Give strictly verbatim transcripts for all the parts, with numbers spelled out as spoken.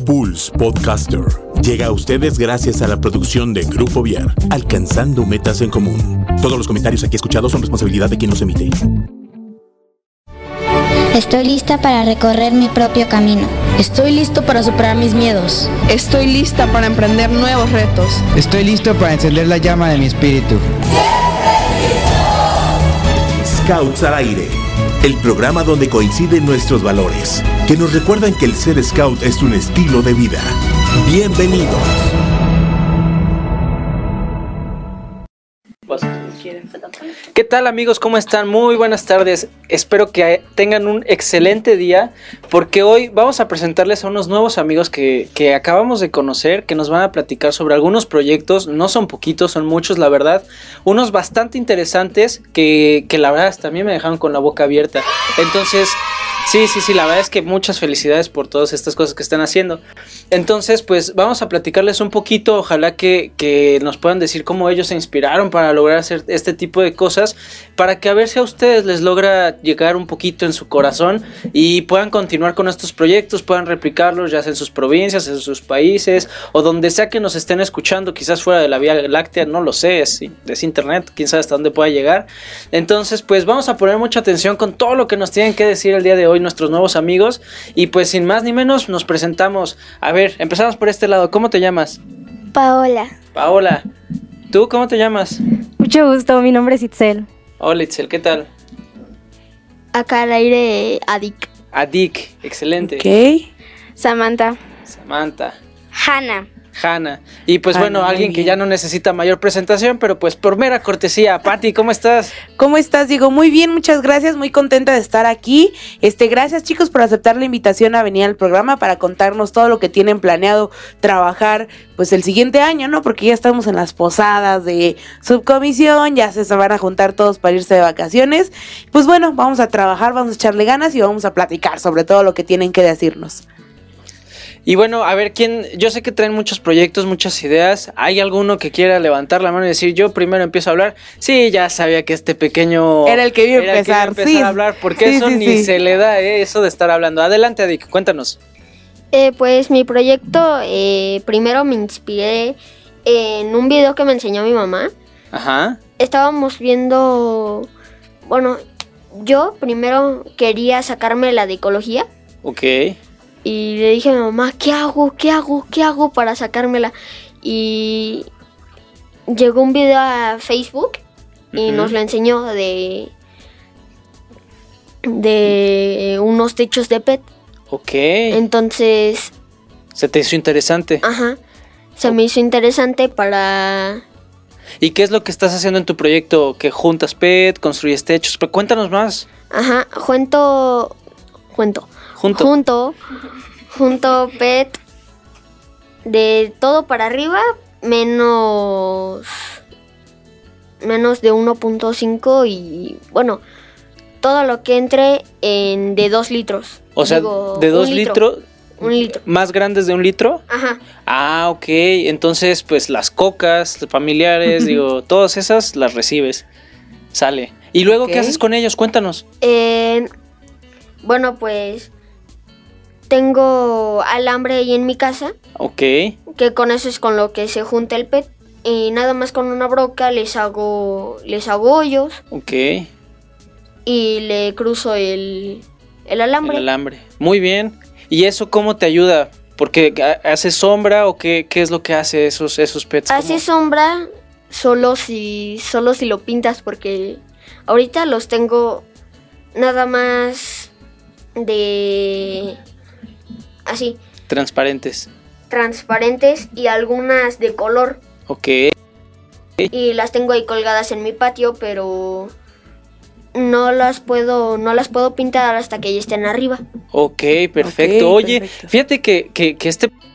Pulse Podcaster llega a ustedes gracias a la producción de Grupo Viar, alcanzando metas en común. Todos los comentarios aquí escuchados son responsabilidad de quien los emite. Estoy lista para recorrer mi propio camino. Estoy listo para superar mis miedos. Estoy lista para emprender nuevos retos. Estoy listo para encender la llama de mi espíritu. Scouts al aire, el programa donde coinciden nuestros valores, que nos recuerdan que el ser scout es un estilo de vida. Bienvenidos. ¿Qué tal, amigos? ¿Cómo están? Muy buenas tardes. Espero que tengan un excelente día, porque hoy vamos a presentarles a unos nuevos amigos que, que acabamos de conocer, que nos van a platicar sobre algunos proyectos. No son poquitos, son muchos, la verdad. Unos bastante interesantes que, que la verdad también me dejaron con la boca abierta. Entonces, sí, sí, sí, la verdad es que muchas felicidades por todas estas cosas que están haciendo. Entonces, pues vamos a platicarles un poquito. Ojalá que, que nos puedan decir cómo ellos se inspiraron para lograr hacer este tipo de cosas, para que a ver si a ustedes les logra llegar un poquito en su corazón y puedan continuar con estos proyectos, puedan replicarlos ya sea en sus provincias, en sus países o donde sea que nos estén escuchando, quizás fuera de la Vía Láctea, no lo sé, es, es internet, quién sabe hasta dónde pueda llegar. Entonces, pues vamos a poner mucha atención con todo lo que nos tienen que decir el día de hoy nuestros nuevos amigos, y pues sin más ni menos nos presentamos. A ver, empezamos por este lado. ¿Cómo te llamas? Paola. Paola. ¿Tú cómo te llamas? Mucho gusto, mi nombre es Itzel. Hola, Itzel, ¿qué tal? Acá al aire, Adik. Adik, excelente. Ok. Samantha. Samantha. Hanna. Hanna. Y pues Hanna, bueno, alguien muy que bien. ya no necesita mayor presentación, pero pues por mera cortesía. Pati, ¿cómo estás? ¿Cómo estás, Diego? Muy bien, muchas gracias, muy contenta de estar aquí. Este, gracias, chicos, por aceptar la invitación a venir al programa para contarnos todo lo que tienen planeado trabajar pues el siguiente año, ¿no? Porque ya estamos en las posadas de subcomisión, ya se van a juntar todos para irse de vacaciones. Pues bueno, vamos a trabajar, vamos a echarle ganas y vamos a platicar sobre todo lo que tienen que decirnos. Y bueno, a ver, ¿quién? Yo sé que traen muchos proyectos, muchas ideas. ¿Hay alguno que quiera levantar la mano y decir, yo primero empiezo a hablar? Sí, ya sabía que este pequeño... Era el que iba a era el que iba a empezar, empezar sí. a hablar, porque Sí, eso sí, ni sí. se le da, ¿eh? Eso de estar hablando. Adelante, Adik, cuéntanos. Eh, pues mi proyecto, eh, primero me inspiré en un video que me enseñó mi mamá. Ajá. Estábamos viendo, bueno, yo primero quería sacarme la de ecología. Ok. Y le dije a mi mamá, ¿qué hago? ¿Qué hago? ¿Qué hago para sacármela? Y llegó un video a Facebook y Ujú. nos lo enseñó de, de unos techos de P E T. Ok. Entonces, Se te hizo interesante. ajá, se me hizo interesante para... ¿Y qué es lo que estás haciendo en tu proyecto? ¿Que juntas P E T, construyes techos? Pero cuéntanos más. Ajá, junto... Junto. Junto. Junto. Junto P E T de todo para arriba, menos... Menos de uno punto cinco y... Bueno, todo lo que entre en de dos litros. O sea, Digo, de dos un litro, litros... Un litro. ¿Más grandes de un litro? Ajá. Ah, ok. Entonces, pues las cocas familiares, digo, todas esas las recibes. Sale. ¿Y luego Ok. qué haces con ellos? Cuéntanos. Eh, bueno, pues... Tengo alambre ahí en mi casa, Ok. que con eso es con lo que se junta el P E T. Y nada más con una broca les hago, les hago hoyos Ok. y le cruzo el, el alambre. El alambre. Muy bien. ¿Y eso cómo te ayuda? Porque ¿ha- hace sombra o qué, qué es lo que hace esos, esos pets? Hace ¿Cómo? sombra solo si, solo si lo pintas, porque ahorita los tengo nada más de... así, Transparentes. transparentes y algunas de color. Ok. Y las tengo ahí colgadas en mi patio, pero no las puedo, no las puedo pintar hasta que ya estén arriba. Ok, perfecto. Ok, Oye, perfecto. fíjate que, que, que este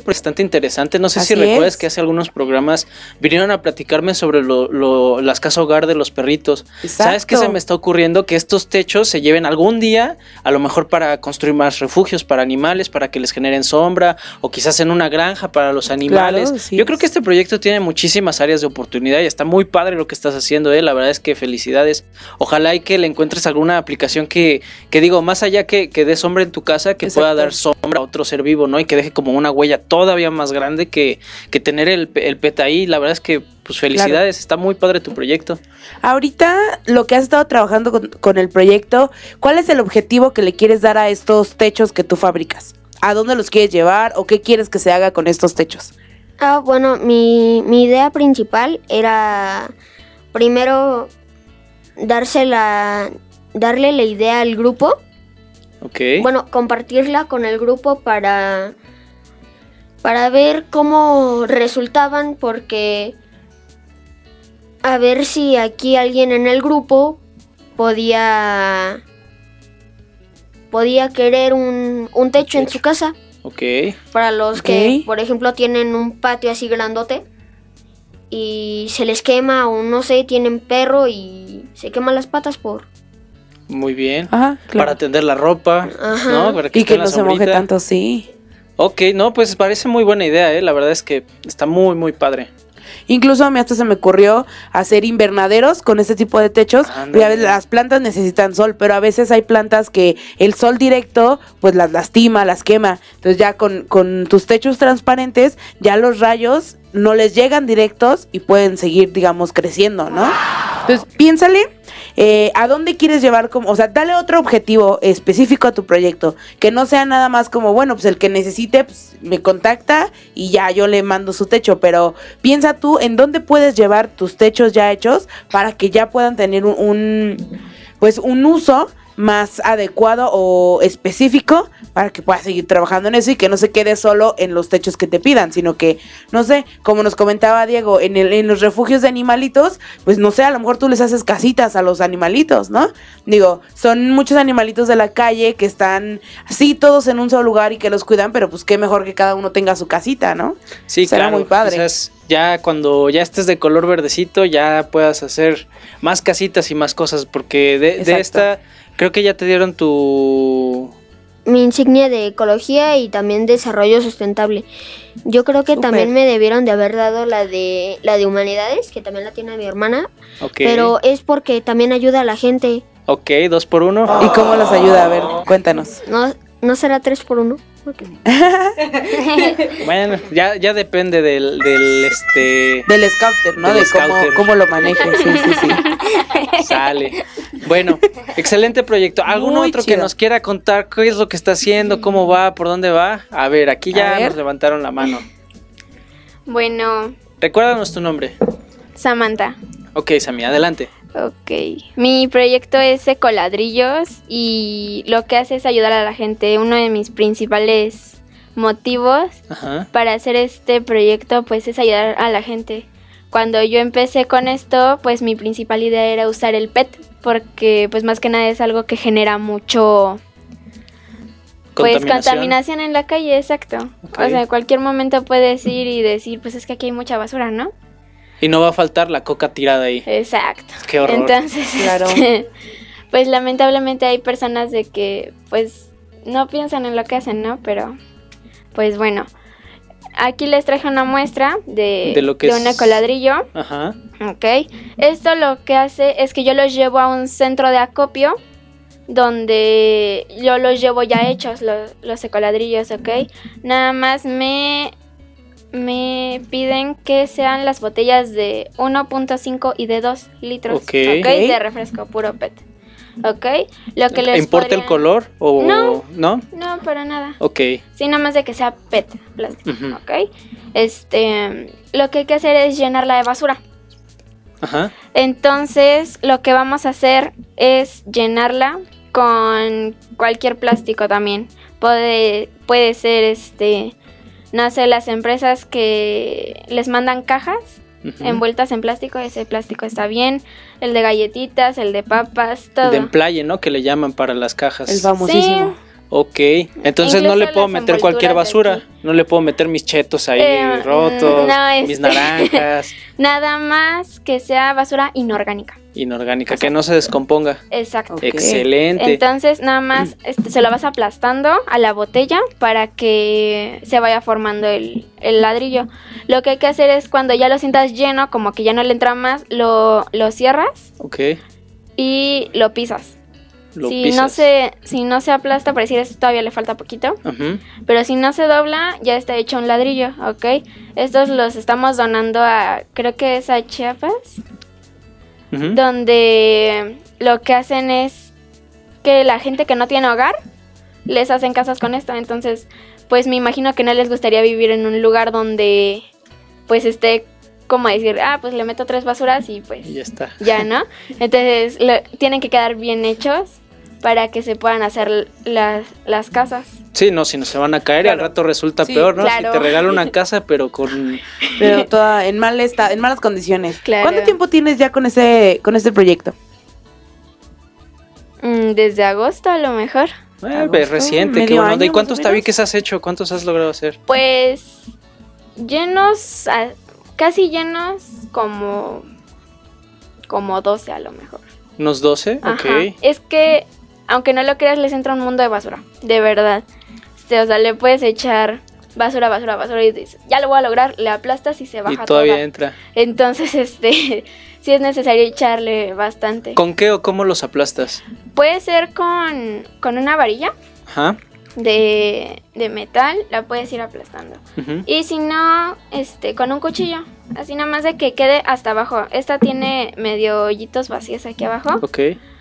bastante interesante. No sé Así si recuerdas es. que hace algunos programas vinieron a platicarme sobre lo, lo, las casas hogar de los perritos. Exacto. ¿Sabes qué se me está ocurriendo? Que estos techos se lleven algún día, a lo mejor para construir más refugios para animales, para que les generen sombra, o quizás en una granja para los animales. Claro, sí Yo es. creo que este proyecto tiene muchísimas áreas de oportunidad y está muy padre lo que estás haciendo, ¿eh? La verdad es que felicidades. Ojalá y que le encuentres alguna aplicación que, que digo, más allá que, que dé sombra en tu casa, que Exacto. pueda dar sombra a otro ser vivo, ¿no? Y que deje como una huella todavía más grande que, que tener el, el pet ahí. La verdad es que, pues felicidades, está muy padre tu proyecto. Ahorita, lo que has estado trabajando con, con el proyecto, ¿cuál es el objetivo que le quieres dar a estos techos que tú fabricas? ¿A dónde los quieres llevar o qué quieres que se haga con estos techos? Ah, bueno, mi, mi idea principal era primero dársela, darle la idea al grupo. Ok. Bueno, compartirla con el grupo para, para ver cómo resultaban, porque a ver si aquí alguien en el grupo podía, podía querer un, un techo en su casa. Ok. Para los Ok. que, por ejemplo, tienen un patio así grandote y se les quema o no sé, tienen perro y se queman las patas por... Muy bien. Ajá, claro. Para tender la ropa, Ajá. ¿no? Para que Y esté que en la no se moje sombrita. tanto, sí. Ok, no, pues parece muy buena idea, ¿eh? La verdad es que está muy, muy padre. Incluso a mí hasta se me ocurrió hacer invernaderos con este tipo de techos. Ándale. Y a veces las plantas necesitan sol, pero a veces hay plantas que el sol directo pues las lastima, las quema. Entonces ya con, con tus techos transparentes, ya los rayos no les llegan directos y pueden seguir, digamos, creciendo, ¿no? Entonces piénsale eh, a dónde quieres llevar, como, o sea, dale otro objetivo específico a tu proyecto, que no sea nada más como, bueno, pues el que necesite pues, me contacta y ya yo le mando su techo, pero piensa tú en dónde puedes llevar tus techos ya hechos para que ya puedan tener un, un pues un uso más adecuado o específico para que puedas seguir trabajando en eso y que no se quede solo en los techos que te pidan, sino que, no sé, como nos comentaba Diego, en, el, en los refugios de animalitos, pues no sé, a lo mejor tú les haces casitas a los animalitos, ¿no? Digo, son muchos animalitos de la calle que están así todos en un solo lugar y que los cuidan, pero pues qué mejor que cada uno tenga su casita, ¿no? Sí, Será claro. muy padre. Quizás ya cuando ya estés de color verdecito, ya puedas hacer más casitas y más cosas, porque de, de Exacto. esta, creo que ya te dieron tu... Mi insignia de ecología y también desarrollo sustentable. Yo creo que Súper. también me debieron de haber dado la de la de humanidades, que también la tiene mi hermana, Ok, pero es porque también ayuda a la gente. ok, dos por uno. ¿Y cómo los ayuda? A ver, cuéntanos. ¿No, no será tres por uno? Ok. Bueno, ya, ya depende del, del este... Del scouter, ¿no? Del de cómo, scouter. cómo lo maneje, sí, sí, sí. Sale. Bueno, excelente proyecto. ¿Algún Muy otro que chido. nos quiera contar qué es lo que está haciendo, cómo va, por dónde va? A ver, aquí ya A ver. nos levantaron la mano. Bueno, Recuérdanos tu nombre. Samantha. Ok, Sammy, adelante. Ok. Mi proyecto es Ecoladrillos y lo que hace es ayudar a la gente. Uno de mis principales motivos Ajá. para hacer este proyecto pues es ayudar a la gente. Cuando yo empecé con esto, pues mi principal idea era usar el P E T porque pues más que nada es algo que genera mucho pues Contaminación. contaminación en la calle, exacto. Ok. O sea, en cualquier momento puedes ir y decir, pues es que aquí hay mucha basura, ¿no? Y no va a faltar la coca tirada ahí. Exacto. Qué horror. Entonces, Claro. este, pues lamentablemente hay personas de que pues no piensan en lo que hacen, ¿no? Pero pues bueno, aquí les traje una muestra de, De lo que de es- un ecoladrillo, Ajá. ¿ok? Esto lo que hace es que yo los llevo a un centro de acopio donde yo los llevo ya hechos, los, los ecoladrillos, ¿ok? Nada más me... Me piden que sean las botellas de uno punto cinco y de dos litros, Ok. ¿ok? De refresco puro P E T, ¿ok? Lo que les ¿Importa el podría- color o No. no? No, para nada. Ok. Sí, nada más de que sea P E T, plástico, Ujú. ¿ok? Este, lo que hay que hacer es llenarla de basura. Ajá. Entonces, lo que vamos a hacer es llenarla con cualquier plástico también. Puede, puede ser, este, no sé, las empresas que les mandan cajas Ujú. envueltas en plástico, ese plástico está bien. El de galletitas, el de papas, El todo. de emplaye, ¿no? Que le llaman para las cajas. El famosísimo. Ok, entonces Incluso no le puedo las meter cualquier envolturas de basura, aquí. no le puedo meter mis chetos ahí Eh, rotos, no, este- mis naranjas, Nada más que sea basura inorgánica. inorgánica, que no se descomponga. Exacto. Ok. Excelente. Entonces nada más este, se lo vas aplastando a la botella para que se vaya formando el, el ladrillo. Lo que hay que hacer es cuando ya lo sientas lleno, como que ya no le entra más, lo, lo cierras Ok, y lo pisas. lo si pisas. no se si no se aplasta, por decir eso todavía le falta poquito, Ujú. pero si no se dobla ya está hecho un ladrillo, ¿ok? Estos los estamos donando a, creo que es a Chiapas, Ujú. donde lo que hacen es que la gente que no tiene hogar les hacen casas con esto. Entonces, pues me imagino que no les gustaría vivir en un lugar donde pues esté como decir, ah, pues le meto tres basuras y pues Y ya está. ya, ¿no? Entonces lo- tienen que quedar bien hechos para que se puedan hacer las, las casas. Sí, no, si no se van a caer y al Claro. rato resulta Sí, peor, ¿no? claro. Si te regalo una casa, pero con... Pero toda en mal esta, en malas condiciones. Claro. ¿Cuánto tiempo tienes ya con ese con este proyecto? Mm, desde agosto a lo mejor. Eh, Agosto, es reciente, qué medio buena onda. ¿Y año, cuántos más o menos? tabiques has hecho? ¿Cuántos has logrado hacer? Pues llenos, a- casi llenos como, como doce a lo mejor. ¿Unos doce? Ajá. Ok. Es que, aunque no lo creas, les entra un mundo de basura, de verdad. Este, o sea, le puedes echar basura, basura, basura y dices, ya lo voy a lograr, le aplastas y se baja Y todavía toda. entra. Entonces, este, sí es necesario echarle bastante. ¿Con qué o cómo los aplastas? Puede ser con, con una varilla Ajá. de, de metal, la puedes ir aplastando. Ujú. Y si no, este, con un cuchillo, así nada más de que quede hasta abajo. Esta tiene medio hoyitos vacíos aquí abajo, Ok.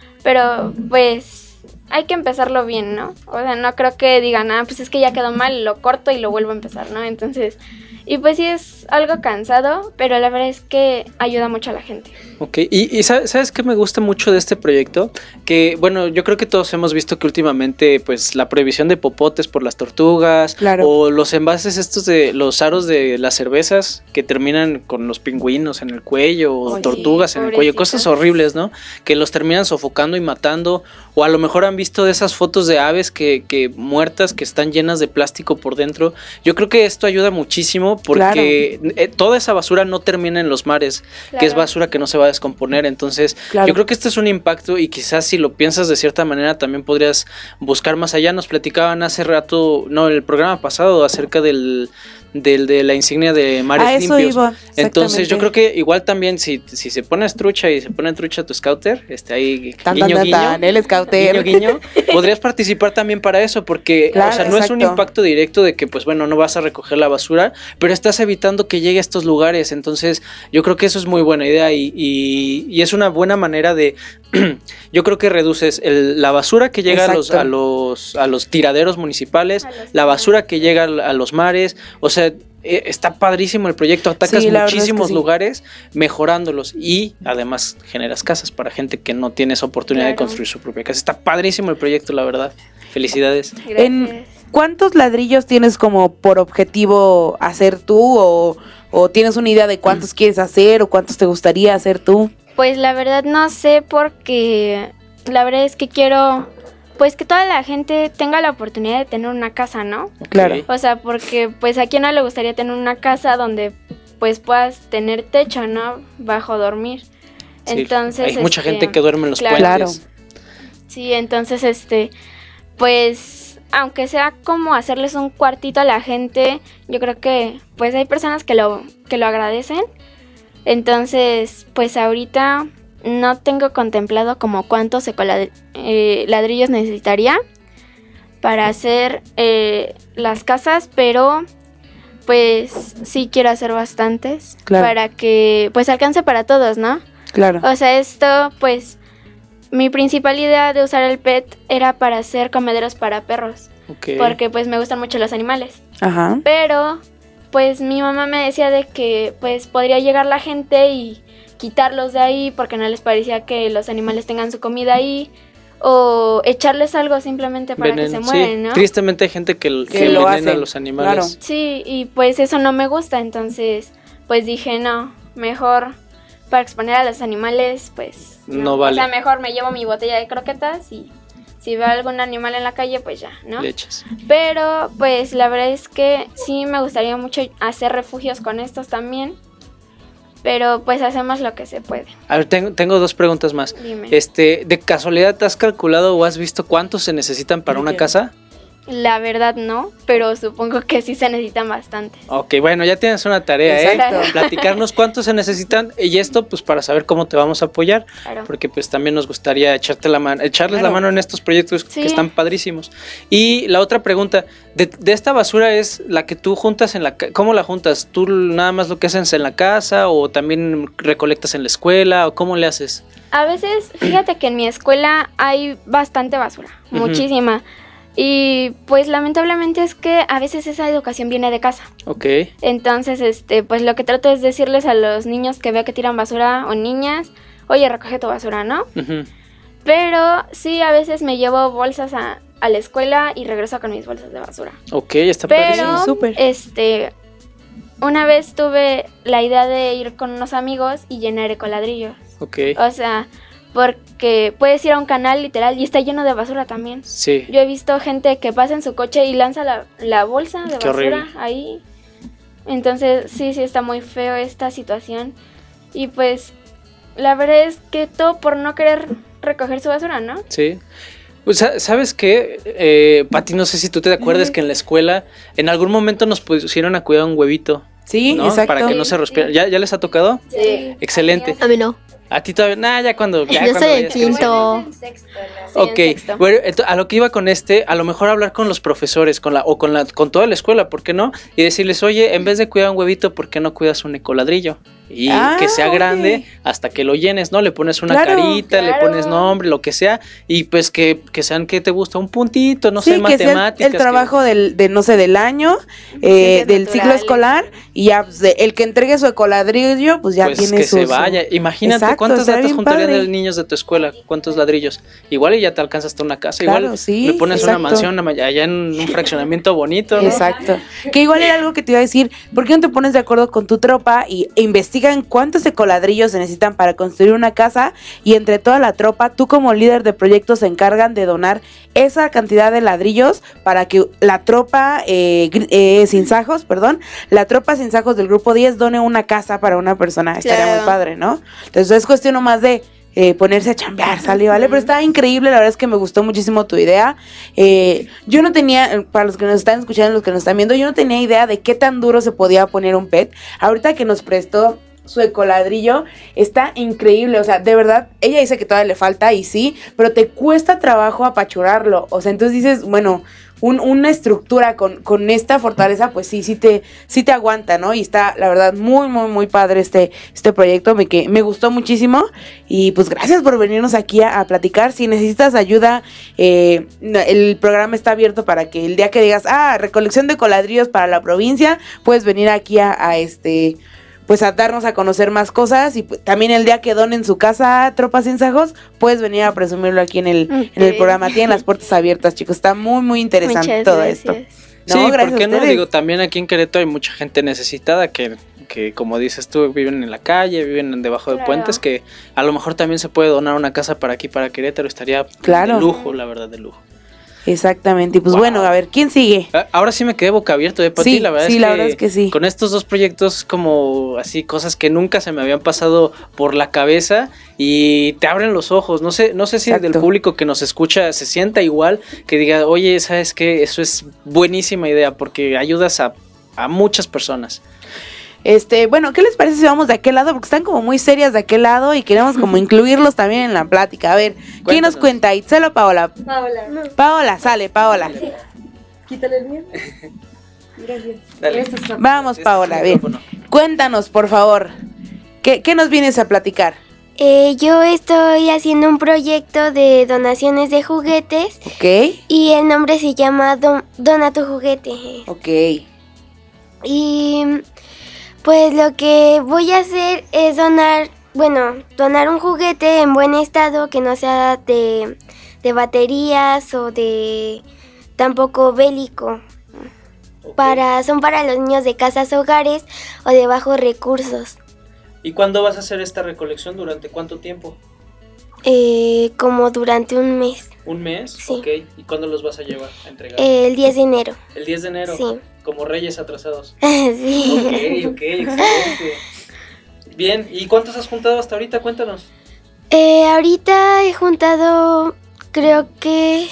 pero pues hay que empezarlo bien, ¿no? O sea, no creo que digan, ah, pues es que ya quedó mal, lo corto y lo vuelvo a empezar, ¿no? Entonces, y pues sí es algo cansado, pero la verdad es que ayuda mucho a la gente. Ok, y, y sa- ¿sabes qué me gusta mucho de este proyecto? Que, bueno, yo creo que todos hemos visto que últimamente, pues, la prohibición de popotes por las tortugas, Claro. o los envases estos de los aros de las cervezas que terminan con los pingüinos en el cuello, o Ay, tortugas sí, en el cuello, pobrecitas. cosas horribles, ¿no? Que los terminan sofocando y matando, o a lo mejor han visto de esas fotos de aves que, que muertas, que están llenas de plástico por dentro. Yo creo que esto ayuda muchísimo porque eh, toda esa basura no termina en los mares, que es Claro. basura que no se va a descomponer. Entonces, Claro. yo creo que este es un impacto y quizás si lo piensas de cierta manera también podrías buscar más allá. Nos platicaban hace rato, no, el programa pasado acerca del, del de la insignia de mares A eso limpios. iba. Entonces, yo exactamente. creo que igual también si, si se pones trucha y se pone trucha tu scouter, este ahí Tan, guiño, tan, tan, guiño, tan, el scouter. guiño, guiño, podrías participar también para eso, porque Claro, o sea, no es un exacto. impacto directo de que, pues bueno, no vas a recoger la basura, pero estás evitando que llegue a estos lugares. Entonces, yo creo que eso es muy buena idea y, y, y es una buena manera de, yo creo que reduces el- la basura que llega a los, Exacto. a los a los tiraderos municipales, A los la basura mares. que llega al- a los mares, o sea, eh, está padrísimo el proyecto, atacas Sí, la verdad es que muchísimos sí. lugares mejorándolos y además generas casas para gente que no tiene esa oportunidad de Claro. construir su propia casa. Está padrísimo el proyecto, la verdad. Felicidades. En- Gracias. ¿Cuántos ladrillos tienes como por objetivo hacer tú o, o tienes una idea de cuántos quieres hacer o cuántos te gustaría hacer tú? Pues la verdad no sé porque la verdad es que quiero pues que toda la gente tenga la oportunidad de tener una casa, ¿no? Claro. Ok. O sea, porque pues a quién no le gustaría tener una casa donde pues puedas tener techo, ¿no? Bajo dormir. Sí, Entonces, hay mucha este, gente que duerme en los claro. puentes. Sí, entonces este pues aunque sea como hacerles un cuartito a la gente, yo creo que pues hay personas que lo que lo agradecen. Entonces, pues ahorita no tengo contemplado como cuántos ecolad- eh, ladrillos necesitaría para hacer eh, las casas, pero pues sí quiero hacer bastantes Claro. para que pues alcance para todos, ¿no? Claro. O sea, esto pues mi principal idea de usar el P E T era para hacer comederos para perros, Ok. porque pues me gustan mucho los animales. Ajá. Pero, pues mi mamá me decía de que pues podría llegar la gente y quitarlos de ahí porque no les parecía que los animales tengan su comida ahí. O echarles algo simplemente para que Veneno, se sí. mueren, ¿no? Tristemente hay gente que, que Que lo envenena hace, a los animales. claro. Sí, y pues eso no me gusta, entonces pues dije no, mejor para exponer a los animales pues No vale. O sea, mejor me llevo mi botella de croquetas y Si veo algún animal en la calle, pues ya, ¿no? Le echas. Pero pues la verdad es que sí me gustaría mucho hacer refugios con estos también. Pero pues hacemos lo que se puede. A ver, tengo, tengo dos preguntas más. Dime. Este, ¿de casualidad te has calculado o has visto cuántos se necesitan para una casa? La verdad no, pero supongo que sí se necesitan bastantes. Ok, bueno, ya tienes una tarea, Exacto. ¿eh? Platicarnos cuántos se necesitan y esto pues para saber cómo te vamos a apoyar, Claro. porque pues también nos gustaría echarte la mano, echarles Claro. la mano en estos proyectos Sí. que están padrísimos. Y la otra pregunta, de, de esta basura es la que tú juntas en la ca- ¿cómo la juntas? ¿Tú nada más lo que haces en la casa o también recolectas en la escuela o cómo le haces? A veces, fíjate que en mi escuela hay bastante basura, Ujú. muchísima. Y pues lamentablemente es que a veces esa educación viene de casa. Ok. Entonces, este, pues lo que trato es decirles a los niños que veo que tiran basura o niñas, oye, recoge tu basura, ¿no? Ujú. Pero sí, a veces me llevo bolsas a, a la escuela y regreso con mis bolsas de basura. Ok, está padrísimo. Pero, Sí, súper. este, una vez tuve la idea de ir con unos amigos y llenar ecoladrillos. Ok. O sea, porque puedes ir a un canal literal y está lleno de basura también. Sí. Yo he visto gente que pasa en su coche y lanza la, la bolsa de Qué basura horrible. ahí. Entonces, sí, sí está muy feo esta situación. Y pues, la verdad es que todo por no querer recoger su basura, ¿no? Sí. Pues, sa- ¿sabes qué? Eh, Pati, no sé si tú te acuerdas que en la escuela en algún momento nos pusieron a cuidar un huevito, Sí, ¿no? exacto. Para que no se respira. ¿Ya, ¿Ya les ha tocado? Sí. Excelente. A mí no. A ti todavía, nah, ya cuando... Ya Yo cuando soy el vayas creciendo. quinto. Sí, Ok, en sexto. bueno, ento- a lo que iba con este, a lo mejor hablar con los profesores, con la, o con la, con toda la escuela, ¿por qué no? Y decirles, oye, en vez de cuidar un huevito, ¿por qué no cuidas un ecoladrillo? Y Ah, que sea ok. grande hasta que lo llenes, ¿no? Le pones una Claro, carita, le claro. pones nombre, lo que sea, y pues que, que sean, ¿qué te gusta? Un puntito, no Sí, sé, que sea el- matemáticas. el, que- trabajo del, de, no sé, del año, eh, Ciencias del ciclo naturales. escolar, y ya, pues, de- el que entregue su ecoladrillo, pues ya pues tiene que su... se su- vaya. Imagínate Exacto, cuántas estaría latas bien juntarían padre. de niños de tu escuela, cuántos ladrillos. Igual y ya te alcanza hasta una casa. Claro, Igual sí, le pones exacto. una mansión ama- allá en un fraccionamiento bonito, ¿no? Exacto. Que igual era algo que te iba a decir, ¿por qué no te pones de acuerdo con tu tropa y e investigan cuántos ecoladrillos se necesitan para construir una casa? Y entre toda la tropa, tú como líder de proyecto se encargan de donar esa cantidad de ladrillos para que la tropa eh, gr- eh, sin sajos, perdón, la tropa sin sajos del grupo diez done una casa para una persona. Estaría Claro. muy padre, ¿no? Entonces es cuestión nomás de eh, ponerse a chambear, ¿sale? ¿Vale? Pero está increíble, la verdad es que me gustó muchísimo tu idea. Eh, yo no tenía, eh, para los que nos están escuchando, los que nos están viendo, yo no tenía idea de qué tan duro se podía poner un pet. Ahorita que nos prestó su ecoladrillo, está increíble, o sea, de verdad, ella dice que todavía le falta y sí, pero te cuesta trabajo apachurrarlo, o sea, entonces dices, bueno, un- una estructura con, con esta fortaleza, pues sí, sí te, sí te aguanta, ¿no? Y está, la verdad, muy, muy, muy padre este, este proyecto, me, que, me gustó muchísimo y pues gracias por venirnos aquí a, a platicar. Si necesitas ayuda, eh, el programa está abierto para que el día que digas, ah, recolección de coladrillos para la provincia, puedes venir aquí a, a este... pues a darnos a conocer más cosas y pues, también el día que donen su casa Tropas Sin Sajos, puedes venir a presumirlo aquí en el, en el Ok. programa. Tienen las puertas abiertas, chicos. Está muy, muy interesante Muchas todo gracias. esto. Sí, No, gracias ¿por qué a no? ustedes. Digo, también aquí en Querétaro hay mucha gente necesitada que, que como dices tú, viven en la calle, viven debajo de Claro. puentes, que a lo mejor también se puede donar una casa para aquí, para Querétaro, estaría Claro. de lujo, la verdad, de lujo. Exactamente. Y pues Wow. bueno, a ver, ¿quién sigue? Ah, Ahora sí me quedé boca abierto, ¿eh, Pati? Sí, la verdad, sí, es, la que verdad es que sí. con estos dos proyectos como así, cosas que nunca se me habían pasado por la cabeza y te abren los ojos. No sé, no sé si Exacto. del público que nos escucha se sienta igual, que diga, oye, ¿sabes qué? Eso es buenísima idea porque ayudas a, a muchas personas. Este, bueno, ¿qué les parece si vamos de aquel lado? Porque están como muy serias de aquel lado y queremos como incluirlos también en la plática. A ver, ¿quién Cuéntanos. nos cuenta? ¿Itzel o Paola? Paola. Paola, sale, Paola. Quítale el mío. Gracias. Dale. Estos son- Vamos, Este Paola, es bien. el micrófono. Cuéntanos, por favor. ¿Qué, qué nos vienes a platicar? Eh, yo estoy haciendo un proyecto de donaciones de juguetes Ok, y el nombre se llama Don- Dona tu juguete. ok. Y pues lo que voy a hacer es donar, bueno, donar un juguete en buen estado que no sea de, de baterías o de tampoco bélico. Ok. Para, son para los niños de casas hogares o de bajos recursos. ¿Y cuándo vas a hacer esta recolección? ¿Durante cuánto tiempo? Eh, como durante un mes. ¿Un mes? Sí. Ok. ¿Y cuándo los vas a llevar a entregar? El diez de enero. ¿El diez de enero? Sí. Como reyes atrasados. Sí. Ok, ok, excelente. Bien, ¿y cuántos has juntado hasta ahorita? Cuéntanos. Eh, ahorita he juntado, creo que...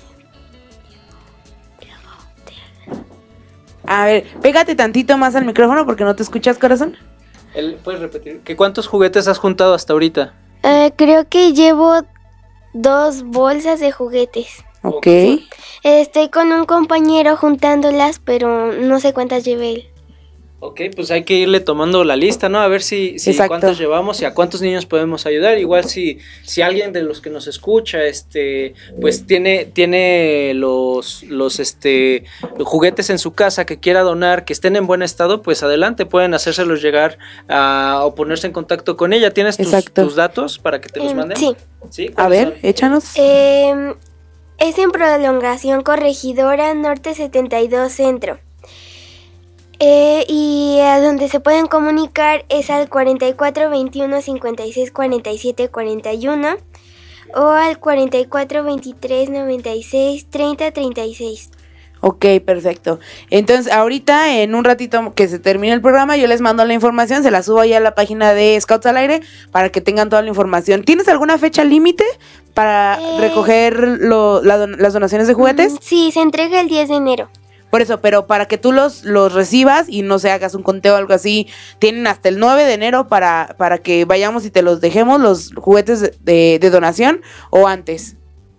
A ver, pégate tantito más al micrófono porque no te escuchas, corazón. El, ¿Puedes repetir? ¿Qué cuántos juguetes has juntado hasta ahorita? Eh, creo que llevo dos bolsas de juguetes. Ok. Sí. Estoy con un compañero juntándolas, pero no sé cuántas llevé él. Ok, pues hay que irle tomando la lista, ¿no? A ver si, si cuántos llevamos y a cuántos niños podemos ayudar. Igual si, si alguien de los que nos escucha, este, pues tiene, tiene los, los, este, juguetes en su casa que quiera donar, que estén en buen estado, pues adelante, pueden hacérselos llegar a, o ponerse en contacto con ella. ¿Tienes tus, tus datos para que te los Eh, manden? sí. ¿Sí? A ver, son? échanos. Eh, es en Prolongación Corregidora Norte setenta y dos Centro. Eh, y a donde se pueden comunicar es al cuarenta y cuatro veintiuno cincuenta y seis cuarenta y siete cuarenta y uno o al cuarenta y cuatro veintitrés noventa y seis treinta treinta y seis. Ok, perfecto. Entonces, ahorita, en un ratito que se termine el programa, yo les mando la información, se la subo ahí a la página de Scouts al Aire para que tengan toda la información. ¿Tienes alguna fecha límite para Eh, recoger lo, la don- las donaciones de juguetes? Mm, sí, se entrega el diez de enero. Por eso, pero para que tú los, los recibas y no se hagas un conteo o algo así, tienen hasta el nueve de enero para, para que vayamos y te los dejemos, los juguetes de, de, de donación, o antes.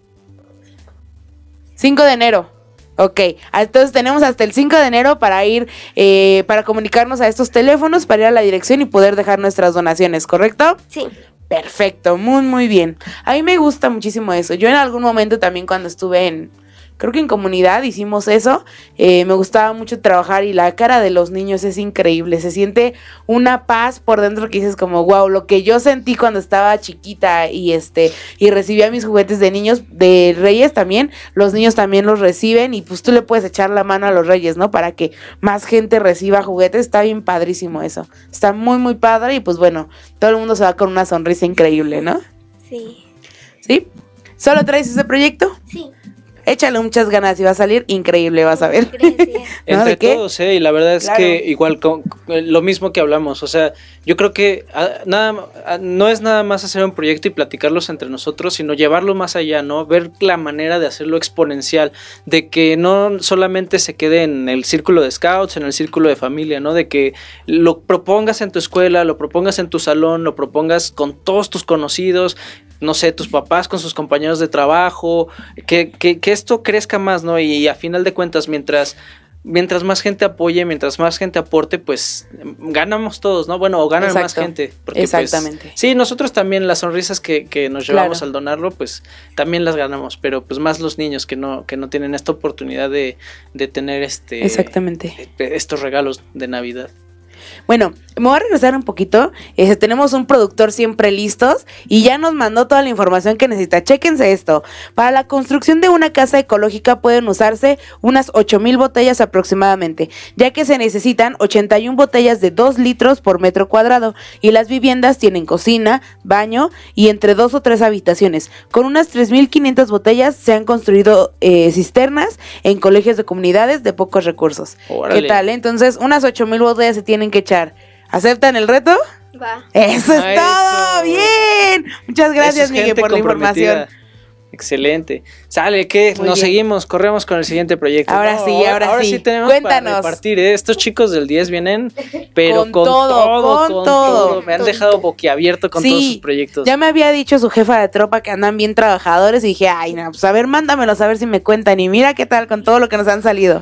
cinco de enero. Ok, entonces tenemos hasta el cinco de enero para ir, eh, para comunicarnos a estos teléfonos, para ir a la dirección y poder dejar nuestras donaciones, ¿correcto? Sí. Perfecto, muy muy bien. A mí me gusta muchísimo eso. Yo en algún momento también cuando estuve en, creo que en comunidad hicimos eso, eh, me gustaba mucho trabajar y la cara de los niños es increíble, se siente una paz por dentro que dices como wow, lo que yo sentí cuando estaba chiquita y este y recibía mis juguetes de niños, de reyes también, los niños también los reciben y pues tú le puedes echar la mano a los reyes, ¿no? Para que más gente reciba juguetes, está bien padrísimo eso, está muy muy padre y pues bueno, todo el mundo se va con una sonrisa increíble, ¿no? Sí. ¿Sí? ¿Solo traes ese proyecto? Sí. Échale muchas ganas y va a salir increíble, vas a ver. Entre ¿De qué? todos, ¿eh? Y la verdad es Claro. que igual con, con lo mismo que hablamos, o sea, yo creo que ah, nada, ah, no es nada más hacer un proyecto y platicarlos entre nosotros, sino llevarlo más allá, ¿no? Ver la manera de hacerlo exponencial, de que no solamente se quede en el círculo de scouts, en el círculo de familia, ¿no? De que lo propongas en tu escuela, lo propongas en tu salón, lo propongas con todos tus conocidos, no sé, tus papás con sus compañeros de trabajo, que, que, que esto crezca más, ¿no? Y, y a final de cuentas, mientras, mientras más gente apoye, mientras más gente aporte, pues ganamos todos, ¿no? Bueno, o ganan Exacto. más gente. Porque, Exactamente. Pues, sí, nosotros también las sonrisas que, que nos llevamos Claro. al donarlo, pues también las ganamos, pero pues más los niños que no, que no tienen esta oportunidad de, de tener este Exactamente. estos regalos de Navidad. Bueno, me voy a regresar un poquito. Este, tenemos un productor siempre listos y ya nos mandó toda la información que necesita. Chéquense esto. Para la construcción de una casa ecológica pueden usarse unas ocho mil botellas aproximadamente, ya que se necesitan ochenta y una botellas de dos litros por metro cuadrado y las viviendas tienen cocina, baño y entre dos o tres habitaciones. Con unas tres mil quinientas botellas se han construido eh, cisternas en colegios de comunidades de pocos recursos. Órale. ¿Qué tal? eh? Entonces, unas ocho mil botellas se tienen que echar. ¿Aceptan el reto? Va. Eso es Ah, todo. eso. Bien. Muchas gracias, Eso es Miguel, gente por la comprometida. información. Excelente. Sale, ¿qué? Muy Nos bien. seguimos, corremos con el siguiente proyecto. Ahora sí, ahora sí. tenemos Cuéntanos. para repartir, ¿eh? Estos chicos del diez vienen, pero Con con, todo, todo, con con todo. Me han dejado boquiabierto con Sí, todos sus proyectos. Ya me había dicho su jefa de tropa que andan bien trabajadores y dije, ay, no, pues a ver, mándamelos a ver si me cuentan. Y mira qué tal con todo lo que nos han salido.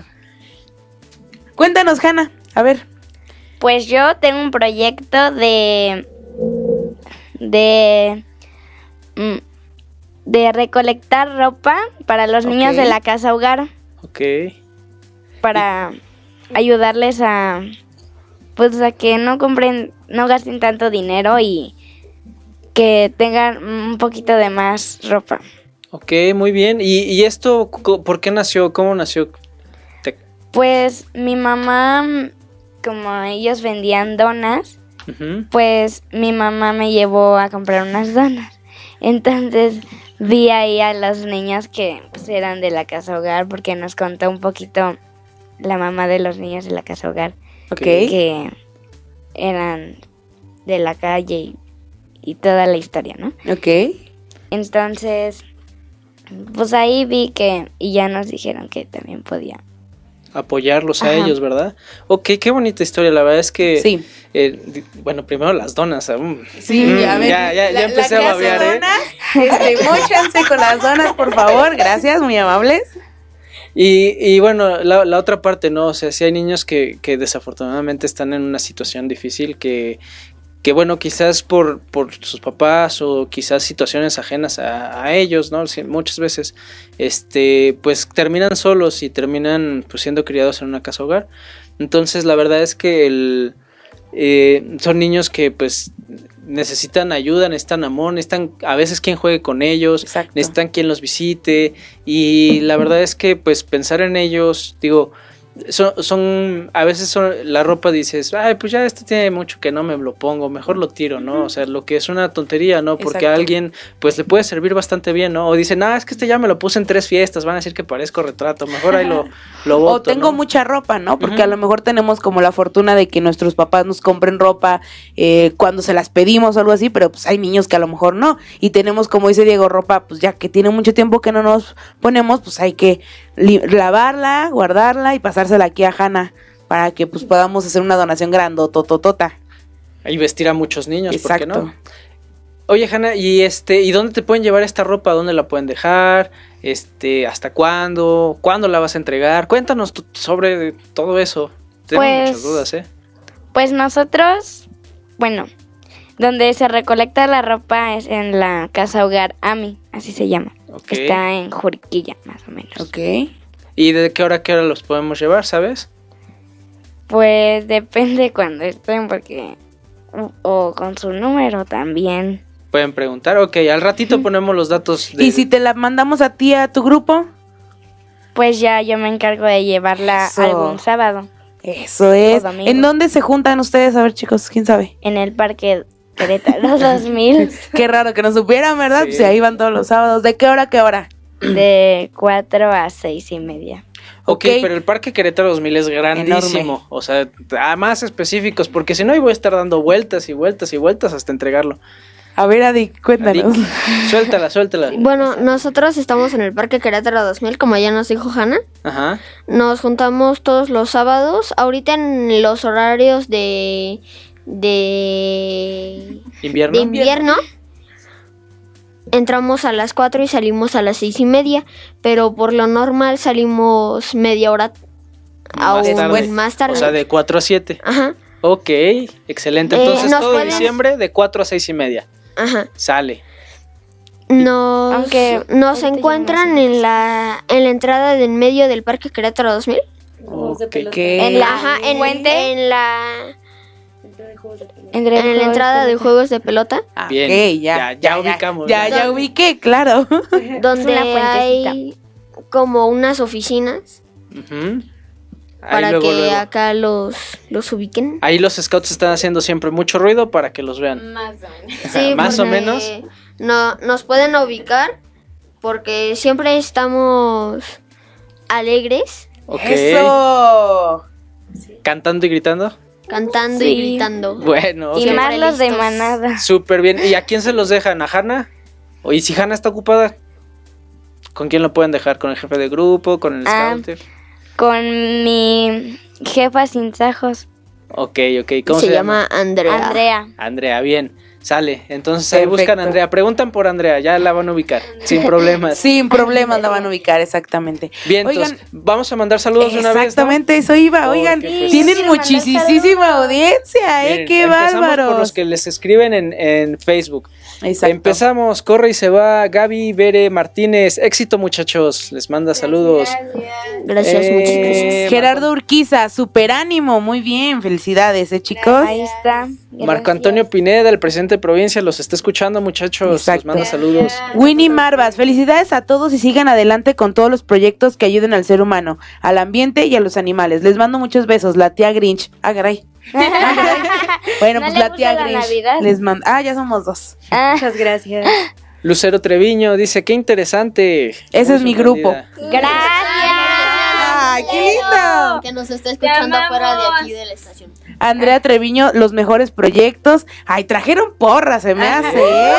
Cuéntanos, Hanna, a ver. Pues yo tengo un proyecto de de mm, de recolectar ropa para los niños Ok. de la casa hogar, Ok. para ayudarles a pues a que no compren, no gasten tanto dinero y que tengan un poquito de más ropa. Ok, muy bien. ¿Y, y esto co- por qué nació? ¿Cómo nació? Te- Pues mi mamá, como ellos vendían donas, Ujú. pues mi mamá me llevó a comprar unas donas. Entonces vi ahí a los niños que pues, eran de la casa hogar, porque nos contó un poquito la mamá de los niños de la casa hogar. Ok. Que eran de la calle y, y toda la historia, ¿no? Ok. Entonces, pues ahí vi que, y ya nos dijeron que también podía apoyarlos a Ajá. ellos, ¿verdad? Ok, qué bonita historia, la verdad es que, Sí. eh, di- bueno, primero las donas, um, Sí, mm, ya ven. ya, ya, ya La- empecé la que a hace babear, ¿eh? donas, este, móchanse con las donas, por favor, gracias, muy amables. Y, y bueno, la, la otra parte, ¿no? O sea, sí hay niños que, que desafortunadamente están en una situación difícil que, que bueno, quizás por, por sus papás o quizás situaciones ajenas a, a ellos, ¿no? Sí, muchas veces, este, pues terminan solos y terminan pues siendo criados en una casa hogar. Entonces, la verdad es que el, eh, son niños que pues necesitan ayuda, necesitan amor, necesitan a veces quien juegue con ellos, Exacto. necesitan quien los visite y la verdad es que pues pensar en ellos, digo, son, son a veces son, la ropa dices, ay pues ya esto tiene mucho que no me lo pongo, mejor lo tiro, ¿no? O sea, lo que es una tontería, ¿no? Porque Exacto. a alguien pues le puede servir bastante bien, ¿no? O dicen, ah, es que este ya me lo puse en tres fiestas, van a decir que parezco retrato, mejor ahí lo, lo boto, O tengo ¿no? mucha ropa, ¿no? Porque Ujú. a lo mejor tenemos como la fortuna de que nuestros papás nos compren ropa eh, cuando se las pedimos o algo así, pero pues hay niños que a lo mejor no. Y tenemos, como dice Diego, ropa, pues ya que tiene mucho tiempo que no nos ponemos, pues hay que li- lavarla, guardarla y pasársela aquí a Hanna para que pues podamos hacer una donación grandotototota. Y vestir a muchos niños, ¿por qué Exacto. no? Oye, Hanna, ¿y este, y dónde te pueden llevar esta ropa? ¿Dónde la pueden dejar? Este, ¿hasta cuándo? ¿Cuándo la vas a entregar? Cuéntanos tu- sobre todo eso. Tengo Pues- muchas dudas, ¿eh? Pues nosotros, bueno, donde se recolecta la ropa es en la casa hogar Ami, así se llama. Ok. Está en Juriquilla, más o menos. Ok. ¿Y de qué hora a qué hora los podemos llevar, sabes? Pues depende cuando estén, porque o, o con su número también. Pueden preguntar. Ok, al ratito ponemos los datos. De... Y si te la mandamos a ti, a tu grupo, Pues ya yo me encargo de llevarla Eso. algún sábado eso es. O domingo. ¿En dónde se juntan ustedes? A ver, chicos, ¿quién sabe? en el Parque Querétaro dos mil, Qué raro que no supieran, ¿verdad? Sí. Pues ahí van todos los sábados. ¿De qué hora a qué hora? de cuatro a seis y media. Ok, Ok. pero el Parque Querétaro dos mil es grandísimo. Enorme. O sea, a más específicos, porque si no, ahí voy a estar dando vueltas y vueltas y vueltas hasta entregarlo. A ver, Adi, cuéntanos. Adi, suéltala, suéltala. Bueno, nosotros estamos en el Parque Querétaro dos mil, como ya nos dijo Hanna. Ajá. Nos juntamos todos los sábados. Ahorita en los horarios de de, Invierno. de invierno entramos a las cuatro y salimos a las seis y media, pero por lo normal salimos media hora Más aún tarde. más tarde. O sea, de cuatro a siete. Ajá, Ok, excelente. Eh, Entonces, ¿nos todo puedes- diciembre de cuatro a seis y media. ajá. Sale. Nos, Aunque nos ahorita ya encuentran no sé. en la en la entrada de en medio del Parque Querétaro dos mil. Juegos de Ok. pelota. ¿Qué? En la Ajá, en, fuente, en la Entrada de juegos de pelota. entre en la juegos entrada de pelota. juegos de pelota, Ah, Bien, ok, ya- ya ubicamos, Ya, ¿no? ya ubiqué, claro. donde una fuentecita. hay como unas oficinas Ujú. Ahí para luego, que luego. acá los, los ubiquen. Ahí los scouts están haciendo siempre mucho ruido para que los vean. Más o menos. Sí, Más o porque menos. No, nos pueden ubicar porque siempre estamos alegres, Ok. Eso. Cantando y gritando. cantando Sí. y gritando. Bueno, Y ok. más Siempre los de listos. manada. Súper bien. ¿Y a quién se los dejan? ¿A Hanna? O y si Hanna está ocupada, ¿con quién lo pueden dejar? ¿Con el jefe de grupo? ¿Con el Ah. scouter? Con mi jefa sin sajos, Ok, ok. ¿Cómo se, se, llama Andrea. Andrea. Andrea, bien. Sale. Entonces ahí Perfecto. buscan a Andrea. Preguntan por Andrea, ya la van a ubicar. Sin problemas. Sin problemas la van a ubicar, exactamente. Bien, Oigan, entonces, vamos a mandar saludos de una vez, ¿no? exactamente, eso iba. Porque, Oigan, pues, tienen quiero mandar muchísima saludos. audiencia, ¿eh? Miren, ¡Qué empezamos bárbaros! por los que les escriben en, en Facebook. Exacto. Empezamos, corre y se va, Gaby, Bere, Martínez, éxito muchachos, les manda saludos. Gracias, Eh, muchas gracias. Gerardo Urquiza, super ánimo, muy bien, felicidades, ¿eh, chicos? Ahí está. Marco Antonio Pineda, el presidente de provincia, los está escuchando muchachos, Exacto. les manda saludos. Winnie Marvas, felicidades a todos y sigan adelante con todos los proyectos que ayuden al ser humano, al ambiente y a los animales. Les mando muchos besos, la tía Grinch. Ah, caray. Ah, caray. Bueno, ¿No pues le la gusta tía la Grinch Navidad? les manda. Ah, ya somos dos. Ah, Muchas gracias. Lucero Treviño dice, qué interesante. Ese es mi grupo. Gracias. ¡Ay, qué lindo! Que nos está escuchando fuera de aquí de la estación. Andrea Treviño, los mejores proyectos. Ay, trajeron porras, se me hace, ¿eh?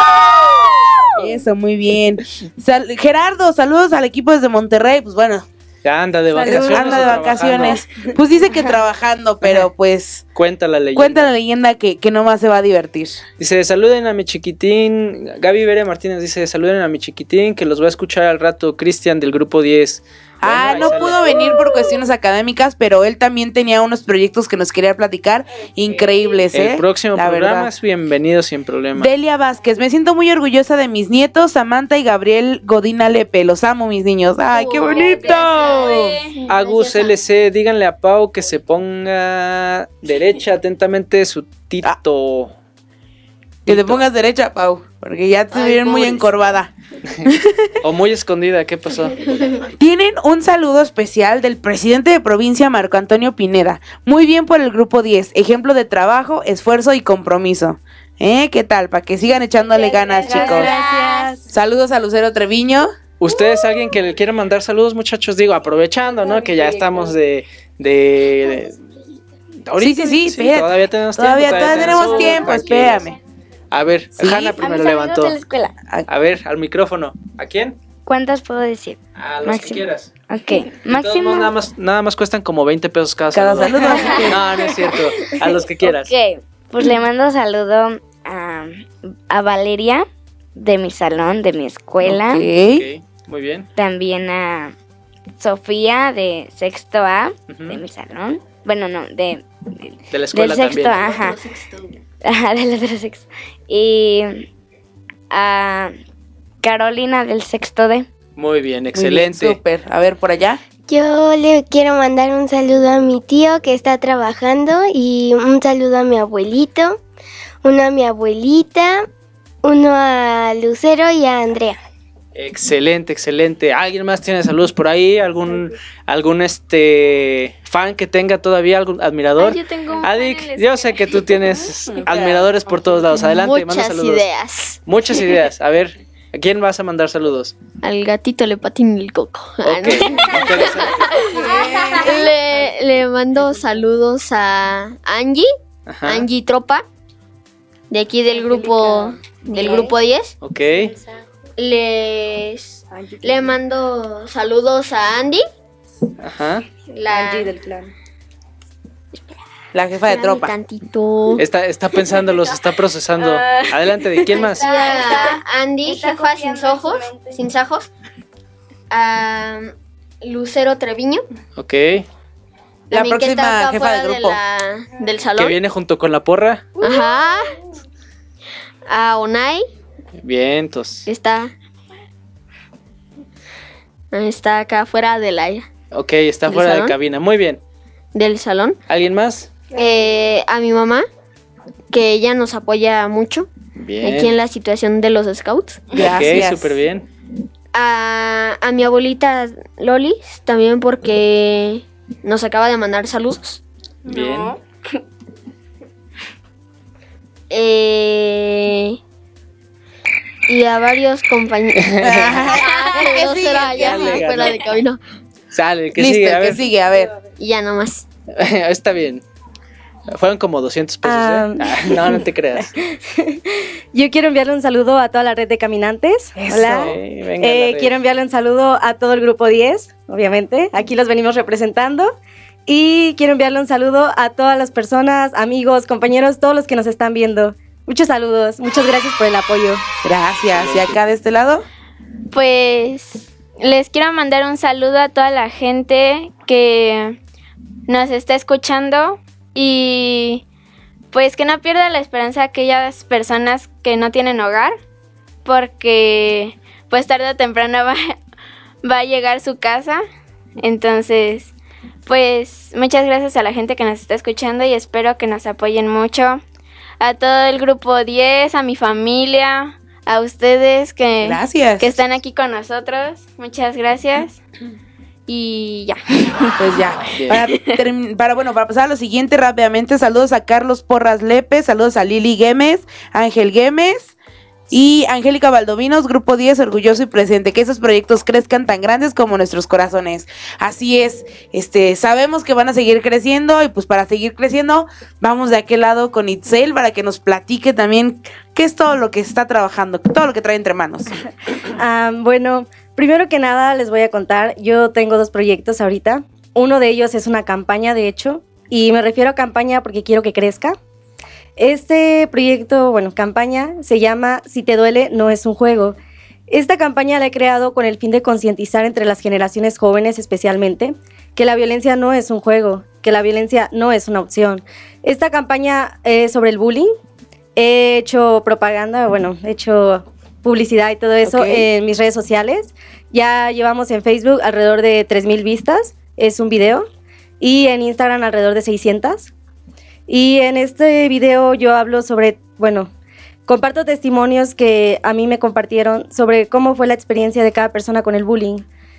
Eso, muy bien. Sal- Gerardo, saludos al equipo desde Monterrey. Pues bueno, Ya anda de saludos, vacaciones. anda de o trabajando. vacaciones. Pues dice que trabajando, pero pues Cuenta la leyenda. cuenta la leyenda que, que nomás se va a divertir. Dice, saluden a mi chiquitín. Gaby Vera Martínez dice, saluden a mi chiquitín, que los va a escuchar al rato. Cristian del grupo diez. Ah, Bueno, ahí no sale. pudo venir por cuestiones académicas, pero él también tenía unos proyectos que nos quería platicar increíbles, ¿eh? El próximo La programa verdad. es bienvenido sin problema. Delia Vázquez, me siento muy orgullosa de mis nietos, Samantha y Gabriel Godina Lepe. Los amo, mis niños. ¡Ay, qué bonito! Agus L C, díganle a Pau que se ponga derecha atentamente su tito. Que te pongas derecha, Pau, porque ya te vieron muy encorvada. O muy escondida, ¿qué pasó? Tienen un saludo especial del presidente de provincia, Marco Antonio Pineda. Muy bien por el grupo diez. Ejemplo de trabajo, esfuerzo y compromiso. ¿Eh? ¿Qué tal? Para que sigan echándole ganas, chicos. Gracias. Saludos a Lucero Treviño. ¿Ustedes, alguien que le quiera mandar saludos, muchachos? Digo, aprovechando, ¿no? Que ya estamos de... de, de- ahorita, Sí, sí, sí, espérate. Todavía tenemos Todavía, tiempo. todavía tenemos uh, tiempo, tranquilos. espérame. A ver, Sí. Hanna A primero mis amigos levantó. de la escuela. A ver, al micrófono. ¿A quién? ¿Cuántas puedo decir? A los Máximo. que quieras. Ok. De todos Máximo. modos, nada más, nada más cuestan como veinte pesos cada, Cada saludo, así que- No, no es cierto. A los que quieras. Ok. Pues le mando saludo a, a Valeria de mi salón, de mi escuela. Ok. Ok, muy bien. También a Sofía de sexto A, Ujú. de mi salón. Bueno, no, de, de- De la escuela del sexto, también. ajá. Ajá, del otro sexto. Y a Carolina del sexto D. Muy bien, Muy bien, excelente. súper. A ver, por allá. Yo le quiero mandar un saludo a mi tío que está trabajando y un saludo a mi abuelito, uno a mi abuelita, uno a Lucero y a Andrea. Excelente, excelente. ¿Alguien más tiene saludos por ahí? ¿Algún algún este fan que tenga todavía algún admirador? Ay, yo tengo un fan en Adik, la yo sé que tú tienes admiradores por todos lados. Adelante, manda Muchas saludos. ideas. Muchas ideas. A ver, ¿a quién vas a mandar saludos? Al gatito le patina el coco. Ah, Ok, interesante. no. le, le mando saludos a Angie, Ajá. Angie Tropa, de aquí del grupo del grupo diez. Ok, Les le mando saludos a Andy, ajá. la La jefa de Espérame tropa. tantito. Está, está pensando, los está procesando. Adelante, ¿de quién más? A Andy, Está jefa sin copiando en su ojos, mente. sin sajos. A Lucero Treviño, Ok, La también que próxima está acá jefa del afuera de grupo. la- del que salón. viene junto con la porra. Ajá. A Onay, Bien, entonces. que está está acá afuera de la Ok, está ¿Del fuera de salón? cabina. Muy bien. del salón. ¿Alguien más? Eh, a mi mamá, que ella nos apoya mucho Bien. aquí en la situación de los scouts. Gracias. Ok, súper bien. A, a mi abuelita Loli, también porque nos acaba de mandar saludos. Bien. Eh, y a varios compañeros. Que sigue, ya ya le fuera gané. de cabina. Sale, que Listo, sigue, el a que ver. sigue, a ver. Y ya nomás. Está bien. Fueron como doscientos pesos, Ah. ¿eh? Ah, no, no te creas. Yo quiero enviarle un saludo a toda la red de caminantes. Hola. Sí, venga, Eh, la red. quiero enviarle un saludo a todo el grupo diez, obviamente. Aquí los venimos representando. Y quiero enviarle un saludo a todas las personas, amigos, compañeros, todos los que nos están viendo. Muchos saludos. Muchas gracias por el apoyo. Gracias. ¿Y acá de este lado? Pues les quiero mandar un saludo a toda la gente que nos está escuchando y pues que no pierda la esperanza a aquellas personas que no tienen hogar, porque pues tarde o temprano va, va a llegar su casa. Entonces, pues muchas gracias a la gente que nos está escuchando y espero que nos apoyen mucho. A todo el grupo diez, a mi familia, a ustedes que, Gracias. que están aquí con nosotros. Muchas gracias. Y ya. Pues ya. Bien. Para, termi- para, bueno, para pasar a lo siguiente rápidamente, saludos a Carlos Porras Lepe, saludos a Lili Gémez, Ángel Gémez, Y Angélica Valdovinos, Grupo diez, orgulloso y presente, que esos proyectos crezcan tan grandes como nuestros corazones. Así es, este, sabemos que van a seguir creciendo y pues para seguir creciendo vamos de aquel lado con Itzel para que nos platique también qué es todo lo que está trabajando, todo lo que trae entre manos. um, bueno, primero que nada les voy a contar, yo tengo dos proyectos ahorita. Uno de ellos es una campaña, de hecho, y me refiero a campaña porque quiero que crezca. Este proyecto, bueno, campaña, se llama Si te duele, no es un juego. Esta campaña la he creado con el fin de concientizar entre las generaciones jóvenes especialmente que la violencia no es un juego, que la violencia no es una opción. Esta campaña es sobre el bullying. He hecho propaganda, bueno, he hecho publicidad y todo eso okay. en mis redes sociales. Ya llevamos en Facebook alrededor de tres mil vistas, es un video, y en Instagram alrededor de seiscientas. Y en este video yo hablo sobre, bueno, comparto testimonios que a mí me compartieron sobre cómo fue la experiencia de cada persona con el bullying.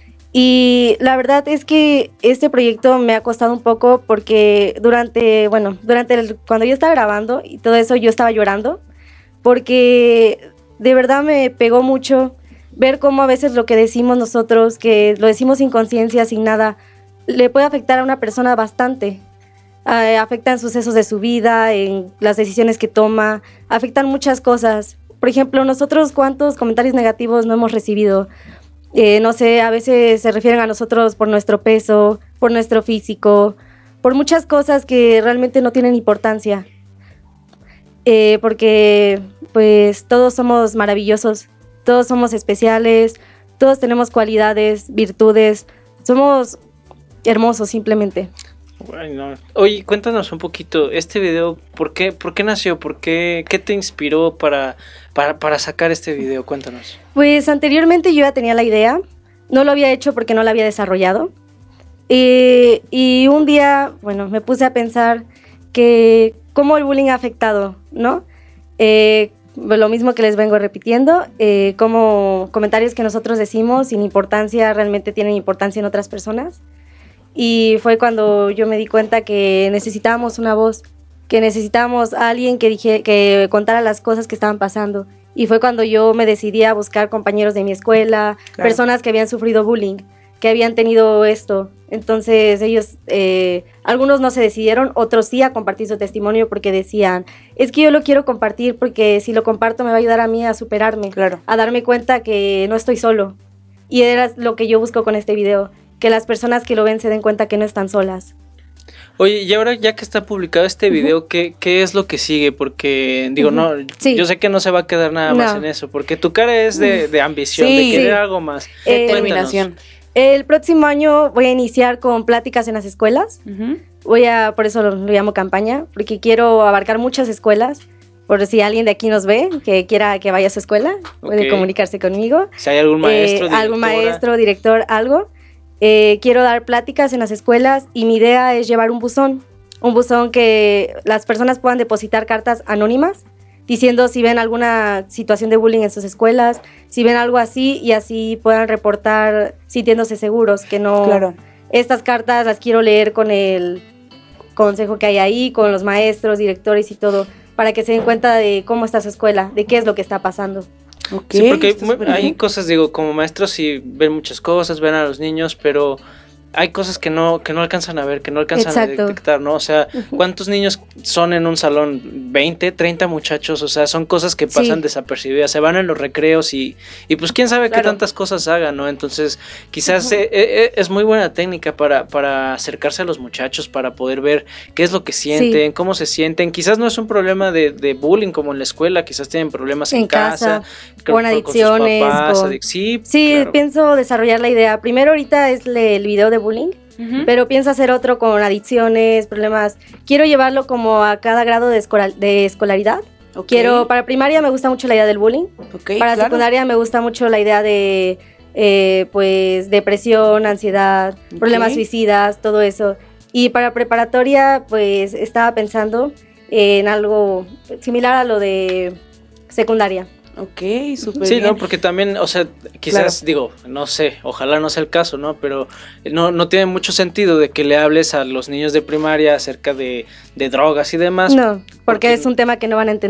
Y la verdad es que este proyecto me ha costado un poco porque durante, bueno, durante el, cuando yo estaba grabando y todo eso yo estaba llorando porque de verdad me pegó mucho ver cómo a veces lo que decimos nosotros, que lo decimos sin conciencia, sin nada, le puede afectar a una persona bastante. Uh, afectan sucesos de su vida, en las decisiones que toma, afectan muchas cosas. Por ejemplo, nosotros cuántos comentarios negativos no hemos recibido. Eh, no sé, a veces se refieren a nosotros por nuestro peso, por nuestro físico, por muchas cosas que realmente no tienen importancia. Eh, porque pues todos somos maravillosos, todos somos especiales, todos tenemos cualidades, virtudes, somos hermosos simplemente. Bueno, oye, cuéntanos un poquito, este video, ¿por qué, por qué nació? ¿Por qué, qué te inspiró para, para, para sacar este video? Cuéntanos. Pues anteriormente yo ya tenía la idea, no lo había hecho porque no la había desarrollado. Eh, y un día, bueno, me puse a pensar que cómo el bullying ha afectado, ¿no? Eh, lo mismo que les vengo repitiendo, eh, como comentarios que nosotros decimos sin importancia realmente tienen importancia en otras personas. Y fue cuando yo me di cuenta que necesitábamos una voz, que necesitábamos a alguien que, dije, que contara las cosas que estaban pasando. Y fue cuando yo me decidí a buscar compañeros de mi escuela, claro. personas que habían sufrido bullying, que habían tenido esto. Entonces ellos, eh, algunos no se decidieron, otros sí a compartir su testimonio porque decían, es que yo lo quiero compartir porque si lo comparto me va a ayudar a mí a superarme, claro. a darme cuenta que no estoy solo. Y era lo que yo busco con este video, que las personas que lo ven se den cuenta que no están solas. Oye, y ahora ya que está publicado este video, uh-huh. ¿qué, ¿qué es lo que sigue? Porque, digo, uh-huh. no, sí. yo sé que no se va a quedar nada no. más en eso, porque tu cara es de, de ambición, sí, de querer sí. algo más. Eh, Determinación. El próximo año voy a iniciar con pláticas en las escuelas. Uh-huh. Voy a, por eso lo, lo llamo campaña, porque quiero abarcar muchas escuelas. Por si alguien de aquí nos ve, que quiera que vaya a su escuela, okay. puede comunicarse conmigo. Si hay algún maestro, eh, algún maestro, director, algo. Eh, quiero dar pláticas en las escuelas y mi idea es llevar un buzón, un buzón que las personas puedan depositar cartas anónimas diciendo si ven alguna situación de bullying en sus escuelas, si ven algo así y así puedan reportar sintiéndose seguros, que no... Claro. Estas cartas las quiero leer con el consejo que hay ahí, con los maestros, directores y todo, para que se den cuenta de cómo está su escuela, de qué es lo que está pasando. Okay, sí, porque hay, hay cosas, digo, como maestros sí ven muchas cosas, ven a los niños, pero hay cosas que no que no alcanzan a ver, que no alcanzan Exacto. a detectar, ¿no? O sea, ¿cuántos niños son en un salón? veinte, treinta muchachos, o sea, son cosas que pasan sí. desapercibidas, se van en los recreos y, y pues quién sabe claro. qué tantas cosas hagan, ¿no? Entonces, quizás uh-huh. eh, eh, es muy buena técnica para, para acercarse a los muchachos, para poder ver qué es lo que sienten, sí. cómo se sienten. Quizás no es un problema de, de bullying como en la escuela, quizás tienen problemas en, en casa, casa con, con adicciones. Con sus papás, con... adic- sí, sí claro. pienso desarrollar la idea. Primero ahorita es le, el video de bullying, uh-huh. pero pienso hacer otro con adicciones, problemas. Quiero llevarlo como a cada grado de, escolar, de escolaridad. Okay. Quiero, para primaria me gusta mucho la idea del bullying. Okay, para claro. secundaria me gusta mucho la idea de eh, pues depresión, ansiedad, okay. problemas suicidas, todo eso. Y para preparatoria pues estaba pensando en algo similar a lo de secundaria. Ok, súper sí, bien. no, porque también, o sea, quizás, claro. digo, no sé, ojalá no sea el caso, ¿no? Pero no, no tiene mucho sentido de que le hables a los niños de primaria acerca de, de drogas y demás. No, porque, porque es un tema que no van a entender.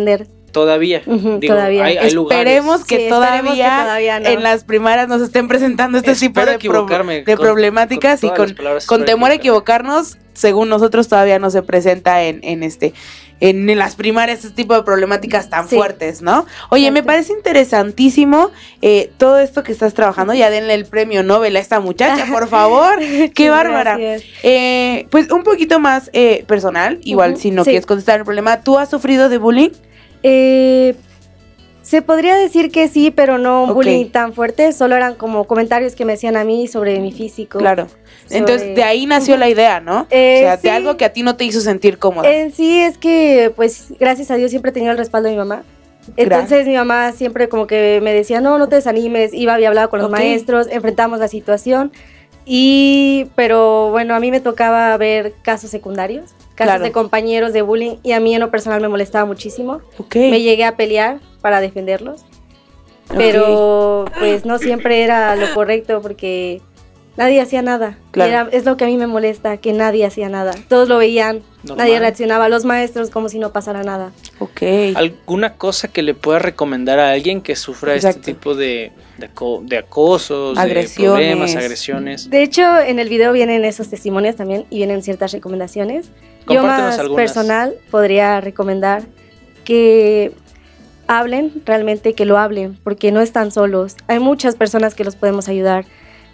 todavía. Uh-huh, Digo, todavía. Hay, hay esperemos, lugares. que Sí, todavía, esperemos que todavía no. en las primarias nos estén presentando este Espero tipo de, pro- de con, problemáticas con y con, con temor a equivocarnos, según nosotros todavía no se presenta en, en este en, en las primarias este tipo de problemáticas tan sí. fuertes, ¿no? Oye, Exacto. me parece interesantísimo eh, todo esto que estás trabajando. Ya denle el premio Nobel a esta muchacha, por favor. ¡Qué bárbara! Eh, pues un poquito más eh, personal, igual uh-huh. si no sí. quieres contestar el problema. ¿Tú has sufrido de bullying? Eh... Se podría decir que sí, pero no un okay. bullying tan fuerte, solo eran como comentarios que me hacían a mí sobre mi físico. Claro. Sobre... Entonces, de ahí nació la idea, ¿no? Eh, o sea, sí. de algo que a ti no te hizo sentir cómoda. En sí es que, pues, gracias a Dios siempre he tenido el respaldo de mi mamá. Entonces, gracias. mi mamá siempre como que me decía, no, no te desanimes, iba y hablaba con los okay. maestros, enfrentamos la situación. Y, pero bueno, a mí me tocaba ver casos secundarios, casos claro. de compañeros de bullying, y a mí en lo personal me molestaba muchísimo. Okay. Me llegué a pelear para defenderlos, okay. pero pues no siempre era lo correcto porque nadie hacía nada. Claro. Era, es lo que a mí me molesta, que nadie hacía nada. Todos lo veían, Normal. nadie reaccionaba, los maestros como si no pasara nada. Okay. ¿Alguna cosa que le puedas recomendar a alguien que sufra Exacto. este tipo de, de, aco- de acosos, agresiones. de problemas, agresiones? De hecho, en el video vienen esos testimonios también y vienen ciertas recomendaciones. Yo más algunas. personal podría recomendar que hablen, realmente que lo hablen, porque no están solos. Hay muchas personas que los podemos ayudar.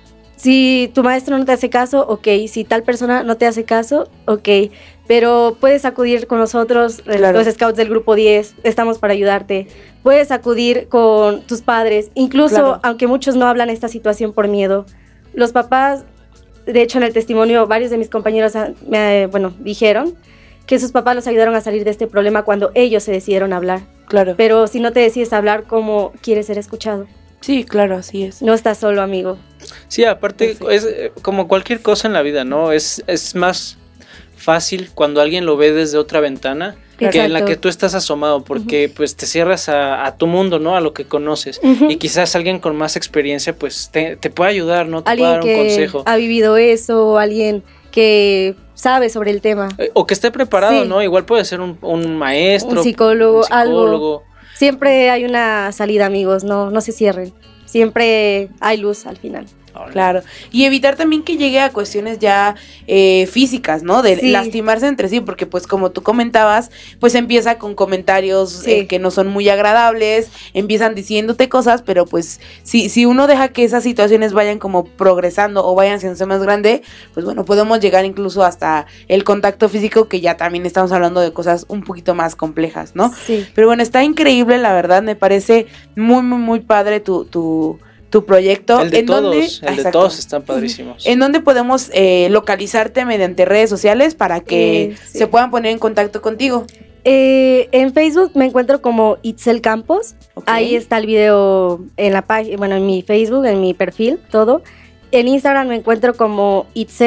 Si tu maestro no te hace caso, ok. Si tal persona no te hace caso, ok. Pero puedes acudir con nosotros, claro. los scouts del grupo diez, estamos para ayudarte. Puedes acudir con tus padres, incluso claro. aunque muchos no hablan esta situación por miedo. Los papás, de hecho en el testimonio, varios de mis compañeros me, bueno, dijeron que sus papás los ayudaron a salir de este problema cuando ellos se decidieron hablar. Claro. Pero si no te decides hablar, ¿cómo quieres ser escuchado? Sí, claro, así es. No estás solo, amigo. Sí, aparte, sí. es eh, como cualquier cosa en la vida, ¿no? Es, es más fácil cuando alguien lo ve desde otra ventana Exacto. que en la que tú estás asomado, porque uh-huh. pues te cierras a, a tu mundo, ¿no? A lo que conoces. Uh-huh. Y quizás alguien con más experiencia, pues te, te puede ayudar, ¿no? Te alguien puede dar un que consejo. Ha vivido eso, alguien que sabe sobre el tema. Eh, o que esté preparado, sí. ¿no? Igual puede ser un, un maestro, un psicólogo, un psicólogo. algo. Siempre hay una salida, amigos, no, no se cierren. Siempre hay luz al final. Claro, y evitar también que llegue a cuestiones ya eh, físicas, ¿no? De sí. lastimarse entre sí, porque pues como tú comentabas, pues empieza con comentarios sí. eh, que no son muy agradables, empiezan diciéndote cosas, pero pues si, si uno deja que esas situaciones vayan como progresando o vayan siendo más grande, pues bueno, podemos llegar incluso hasta el contacto físico, que ya también estamos hablando de cosas un poquito más complejas, ¿no? Sí. Pero bueno, está increíble, la verdad, me parece muy, muy, muy padre tu... tu tu proyecto. El de ¿En todos, dónde? el Exacto. de todos están padrísimos. ¿En dónde podemos eh, localizarte mediante redes sociales para que eh, sí. se puedan poner en contacto contigo? Eh, en Facebook me encuentro como Itzel Campos. Okay. Ahí está el video en la página, bueno, en mi Facebook, en mi perfil, todo. En Instagram me encuentro como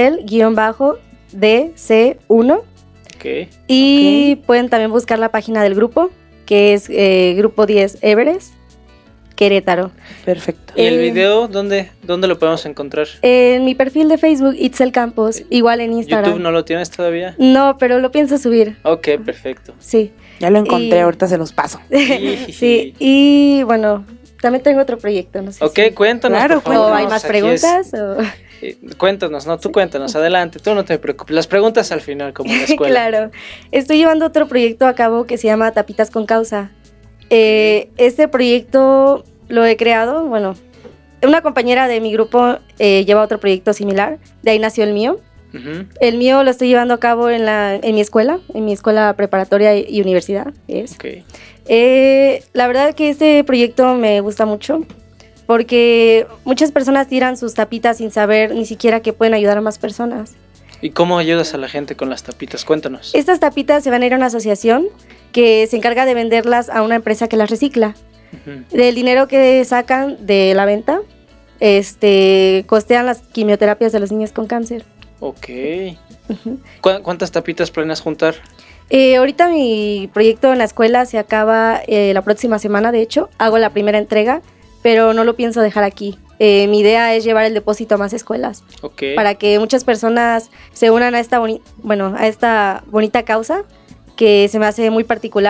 Itzel-D C uno. Okay. Y okay. pueden también buscar la página del grupo, que es eh, Grupo diez Everest, Querétaro. Perfecto. ¿Y el video dónde, dónde lo podemos encontrar? En mi perfil de Facebook, Itzel Campos, igual en Instagram. ¿YouTube no lo tienes todavía? No, pero lo pienso subir. Ok, perfecto. Sí. Ya lo encontré, y... ahorita se los paso. Sí, y bueno, también tengo otro proyecto, no sé Ok, si... cuéntanos, claro, por favor. ¿O hay más preguntas? O... Cuéntanos, no, tú cuéntanos, adelante, tú no te preocupes. Las preguntas al final, como en la escuela. Claro. Estoy llevando otro proyecto a cabo que se llama Tapitas con Causa. Eh, este proyecto... Lo he creado, bueno, una compañera de mi grupo eh, lleva otro proyecto similar, de ahí nació el mío. Uh-huh. El mío lo estoy llevando a cabo en, la, en mi escuela, en mi escuela preparatoria y, y universidad. Es. Okay. Eh, la verdad que este proyecto me gusta mucho, porque muchas personas tiran sus tapitas sin saber ni siquiera que pueden ayudar a más personas. ¿Y cómo ayudas a la gente con las tapitas? Cuéntanos. Estas tapitas se van a ir a una asociación que se encarga de venderlas a una empresa que las recicla. Uh-huh. Del dinero que sacan de la venta, este, costean las quimioterapias de los niños con cáncer. Ok. Uh-huh. ¿Cu- ¿Cuántas tapitas planeas juntar? Eh, ahorita mi proyecto en la escuela se acaba eh, la próxima semana, de hecho. Hago la primera entrega, pero no lo pienso dejar aquí. Eh, mi idea es llevar el depósito a más escuelas. Okay. Para que muchas personas se unan a esta, boni- bueno, a esta bonita causa que se me hace muy particular.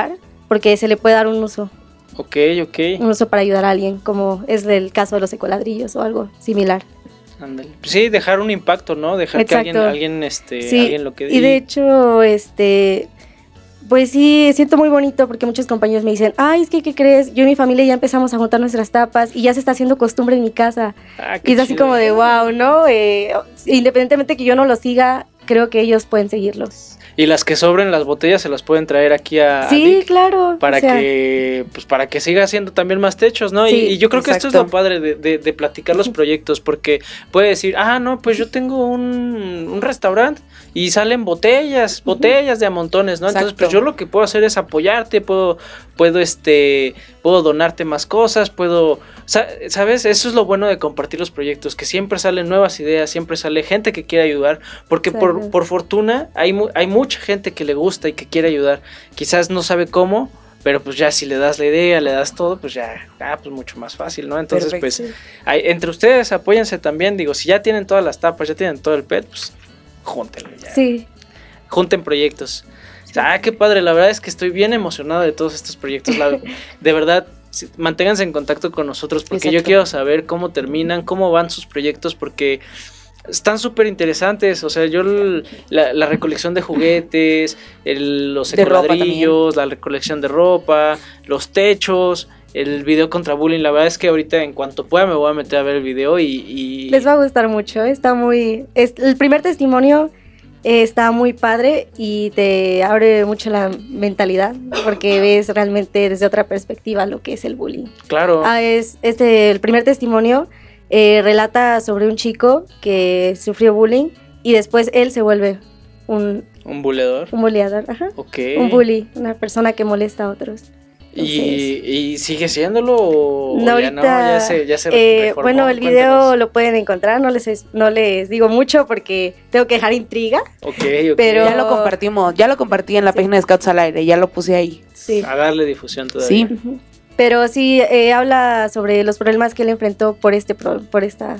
porque se le puede dar un uso. Ok, ok. Un uso para ayudar a alguien, como es el caso de los ecoladrillos o algo similar. Ándale. Sí, dejar un impacto, ¿no? Dejar Exacto. que alguien, alguien, este, sí, alguien lo que... y de hecho, este... Pues sí, siento muy bonito porque muchos compañeros me dicen, ay, es que, ¿qué crees? Yo y mi familia ya empezamos a juntar nuestras tapas y ya se está haciendo costumbre en mi casa. Ah, y es así chido. como de, wow, ¿no? Eh, independientemente que yo no los siga, creo que ellos pueden seguirlos. Y las que sobren las botellas se las pueden traer aquí a, Sí, a Dick claro. para o sea, que pues para que siga haciendo también más techos, ¿no? Sí, y, y yo creo que esto es lo exacto. padre de, de, de platicar los proyectos, porque puede decir, ah, no, pues yo tengo un, un restaurante y salen botellas, botellas de a montones, ¿no? Entonces, Exacto. pues yo lo que puedo hacer es apoyarte, puedo, puedo, este, puedo donarte más cosas, puedo, sa- ¿sabes? Eso es lo bueno de compartir los proyectos, que siempre salen nuevas ideas, siempre sale gente que quiere ayudar, porque por, Exacto. por fortuna hay, mu- hay mucha gente que le gusta y que quiere ayudar, quizás no sabe cómo, pero pues ya si le das la idea, le das todo, pues ya, ah, pues mucho más fácil, ¿no? Entonces, Perfecto. pues, hay- entre ustedes apóyense también, digo, si ya tienen todas las tapas, ya tienen todo el P E T, pues, júntenlo ya. Sí. Junten proyectos. Ah, qué padre, la verdad es que estoy bien emocionado de todos estos proyectos, la- de verdad, sí, manténganse en contacto con nosotros, porque yo Exacto. quiero saber cómo terminan, cómo van sus proyectos, porque están súper interesantes, o sea, yo l- la, la recolección de juguetes, el- los De ropa ecoladrillos, la recolección de ropa, los techos, el video contra bullying, la verdad es que ahorita en cuanto pueda me voy a meter a ver el video y... y- Les va a gustar mucho, ¿eh? Está muy... Es, el primer testimonio eh, está muy padre y te abre mucho la mentalidad porque ves realmente desde otra perspectiva lo que es el bullying. Claro. Ah, es, este, el primer testimonio eh, relata sobre un chico que sufrió bullying y después él se vuelve un, Un buleador. un bulleador, ajá. Ok. Un bully, una persona que molesta a otros. ¿Y, ¿Y sigue siéndolo o No, ya no? ahorita, Ya se, ya se eh, reformó? bueno, el video Cuéntanos. lo pueden encontrar, no les, es- no les digo mucho porque tengo que dejar intriga. Ok, ok. pero- Ya lo compartimos, ya lo compartí en la página de Scouts al Aire, ya lo puse ahí. Sí. A darle difusión todavía. Sí. Ujú. Pero sí eh, habla sobre los problemas que él enfrentó por este pro- por esta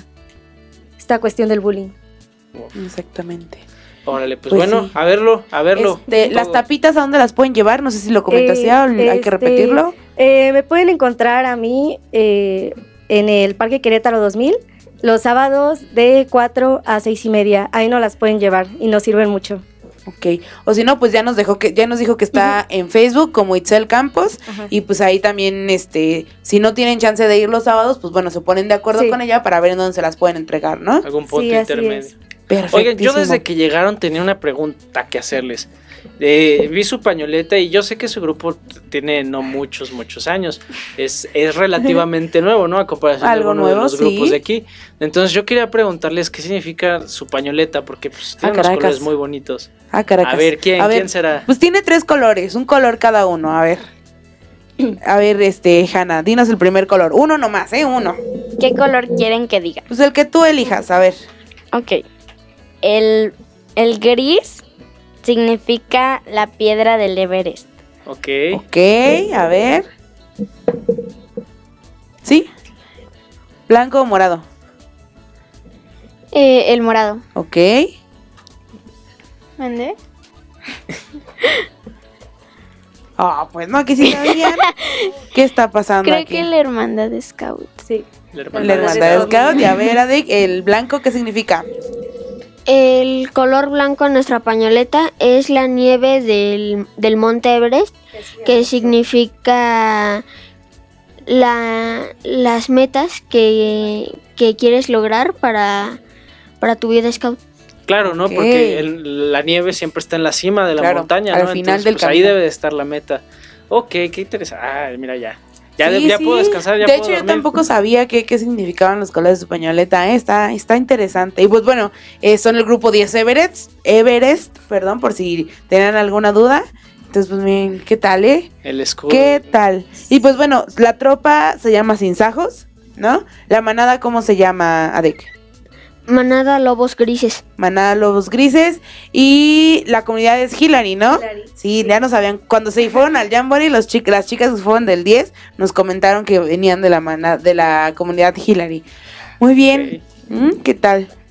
esta cuestión del bullying. Exactamente. Órale, pues, Pues bueno, sí. a verlo, a verlo. Este, Todo. las tapitas, ¿a dónde las pueden llevar? No sé si lo comentaste Eh, ya, o hay que este, repetirlo. eh, me pueden encontrar a mí eh, en el Parque Querétaro dos mil los sábados de cuatro a seis y media. Ahí no las pueden llevar y nos sirven mucho. Ok, o si no, pues ya nos dejó que, ya nos dijo que está en Facebook como Itzel Campos, Ajá. y pues ahí también, este, si no tienen chance de ir los sábados, pues bueno, se ponen de acuerdo Sí. con ella para ver en dónde se las pueden entregar, ¿no? Algún punto Sí, así intermedio. es. Perfectísimo. Oigan, yo desde que llegaron tenía una pregunta que hacerles. Eh, vi su pañoleta y yo sé que su grupo tiene no muchos, muchos años. Es, es relativamente nuevo, ¿no? A comparación de Algo algunos de nuevo, los grupos sí. de aquí. Entonces yo quería preguntarles qué significa su pañoleta, porque pues tiene Ah, unos caracas. colores muy bonitos. Ah, Caracas. A ver, ¿quién, A ver, ¿quién será? Pues tiene tres colores, un color cada uno, a ver. A ver, este, Hanna, dinos el primer color. Uno nomás, ¿eh? Uno. ¿Qué color quieren que diga? Pues el que tú elijas, a ver. Ok. El, el gris significa la piedra del Everest. Ok. Ok, a ver. ¿Sí? ¿Blanco o morado? Eh, el morado. Ok. ¿Mande? Ah, pues no, que sí sabían. ¿Qué está pasando Creo aquí? que la hermandad de Scout. Sí. La La hermandad de Scout. Y a ver, Adek, el blanco, ¿qué significa? El color blanco en nuestra pañoleta es la nieve del, del Monte Everest, que significa la, las metas que, que quieres lograr para, para tu vida scout. Claro, ¿no? Ok. Porque el- la nieve siempre está en la cima de la Claro, montaña, al ¿no? final Entonces, del pues ahí camino. debe de estar la meta. Ok, qué interesante. Ah, mira ya. Ya, de- Sí, ya sí. puedo descansar, ya de puedo hecho, yo dormir. tampoco sabía qué, qué significaban los colores de su pañoleta. ¿eh? Está, está interesante. Y pues bueno, eh, son el grupo diez Everest, Everest, perdón, por si tenían alguna duda. Entonces, pues miren, ¿qué tal, eh? El escudo. ¿Qué tal? Y pues bueno, la tropa se llama Sinsajos, ¿no? La manada, ¿cómo se llama, Adek? Manada Lobos Grises. Manada Lobos Grises. Y la comunidad es Hillary, ¿no? Hillary. Sí, ya no sabían. Cuando se fueron al Jamboree, los chi- las chicas que fueron del diez nos comentaron que venían de la manada, de la comunidad Hillary. Muy bien. ¿Mm? ¿Qué tal?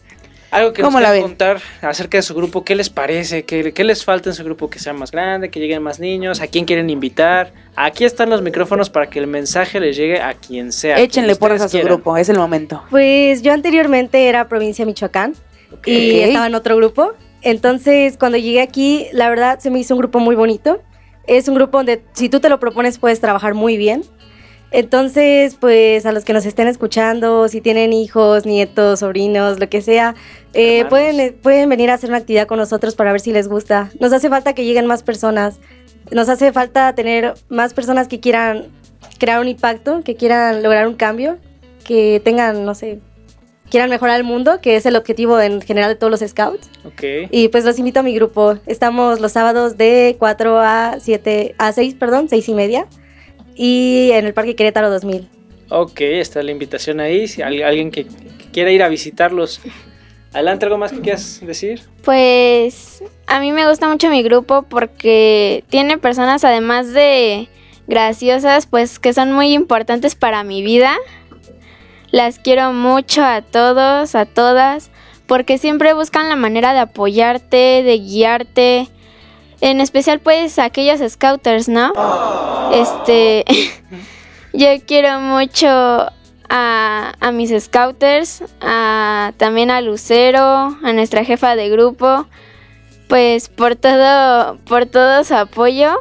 Algo que nos ¿Cómo la quieran ven? contar acerca de su grupo, ¿qué les parece? ¿Qué, qué les falta en su grupo? Que sea más grande, que lleguen más niños, ¿a quién quieren invitar? Aquí están los micrófonos para que el mensaje les llegue a quien sea. Échenle quien porras a ustedes su quieran. grupo, es el momento. Pues yo anteriormente era provincia de Michoacán y Ok. estaba en otro grupo. Entonces, cuando llegué aquí, la verdad se me hizo un grupo muy bonito. Es un grupo donde si tú te lo propones puedes trabajar muy bien. Entonces, pues a los que nos estén escuchando, si tienen hijos, nietos, sobrinos, lo que sea, eh, pueden, eh, pueden venir a hacer una actividad con nosotros para ver si les gusta. Nos hace falta que lleguen más personas. Nos hace falta tener más personas que quieran crear un impacto, que quieran lograr un cambio, que tengan, no sé, quieran mejorar el mundo, que es el objetivo en general de todos los scouts. Ok. Y pues los invito a mi grupo. Estamos los sábados de cuatro a siete, a seis, perdón, seis y media. Y en el Parque Querétaro dos mil. Ok, está la invitación ahí. Si hay alguien que, que quiera ir a visitarlos. Adelante, ¿algo más que quieras decir? Pues a mí me gusta mucho mi grupo porque tiene personas además de graciosas, pues que son muy importantes para mi vida. Las quiero mucho a todos, a todas, porque siempre buscan la manera de apoyarte, de guiarte. En especial pues aquellos scouters, ¿no? Este, yo quiero mucho a, a mis scouters, a, también a Lucero, a nuestra jefa de grupo, pues por todo, por todo su apoyo.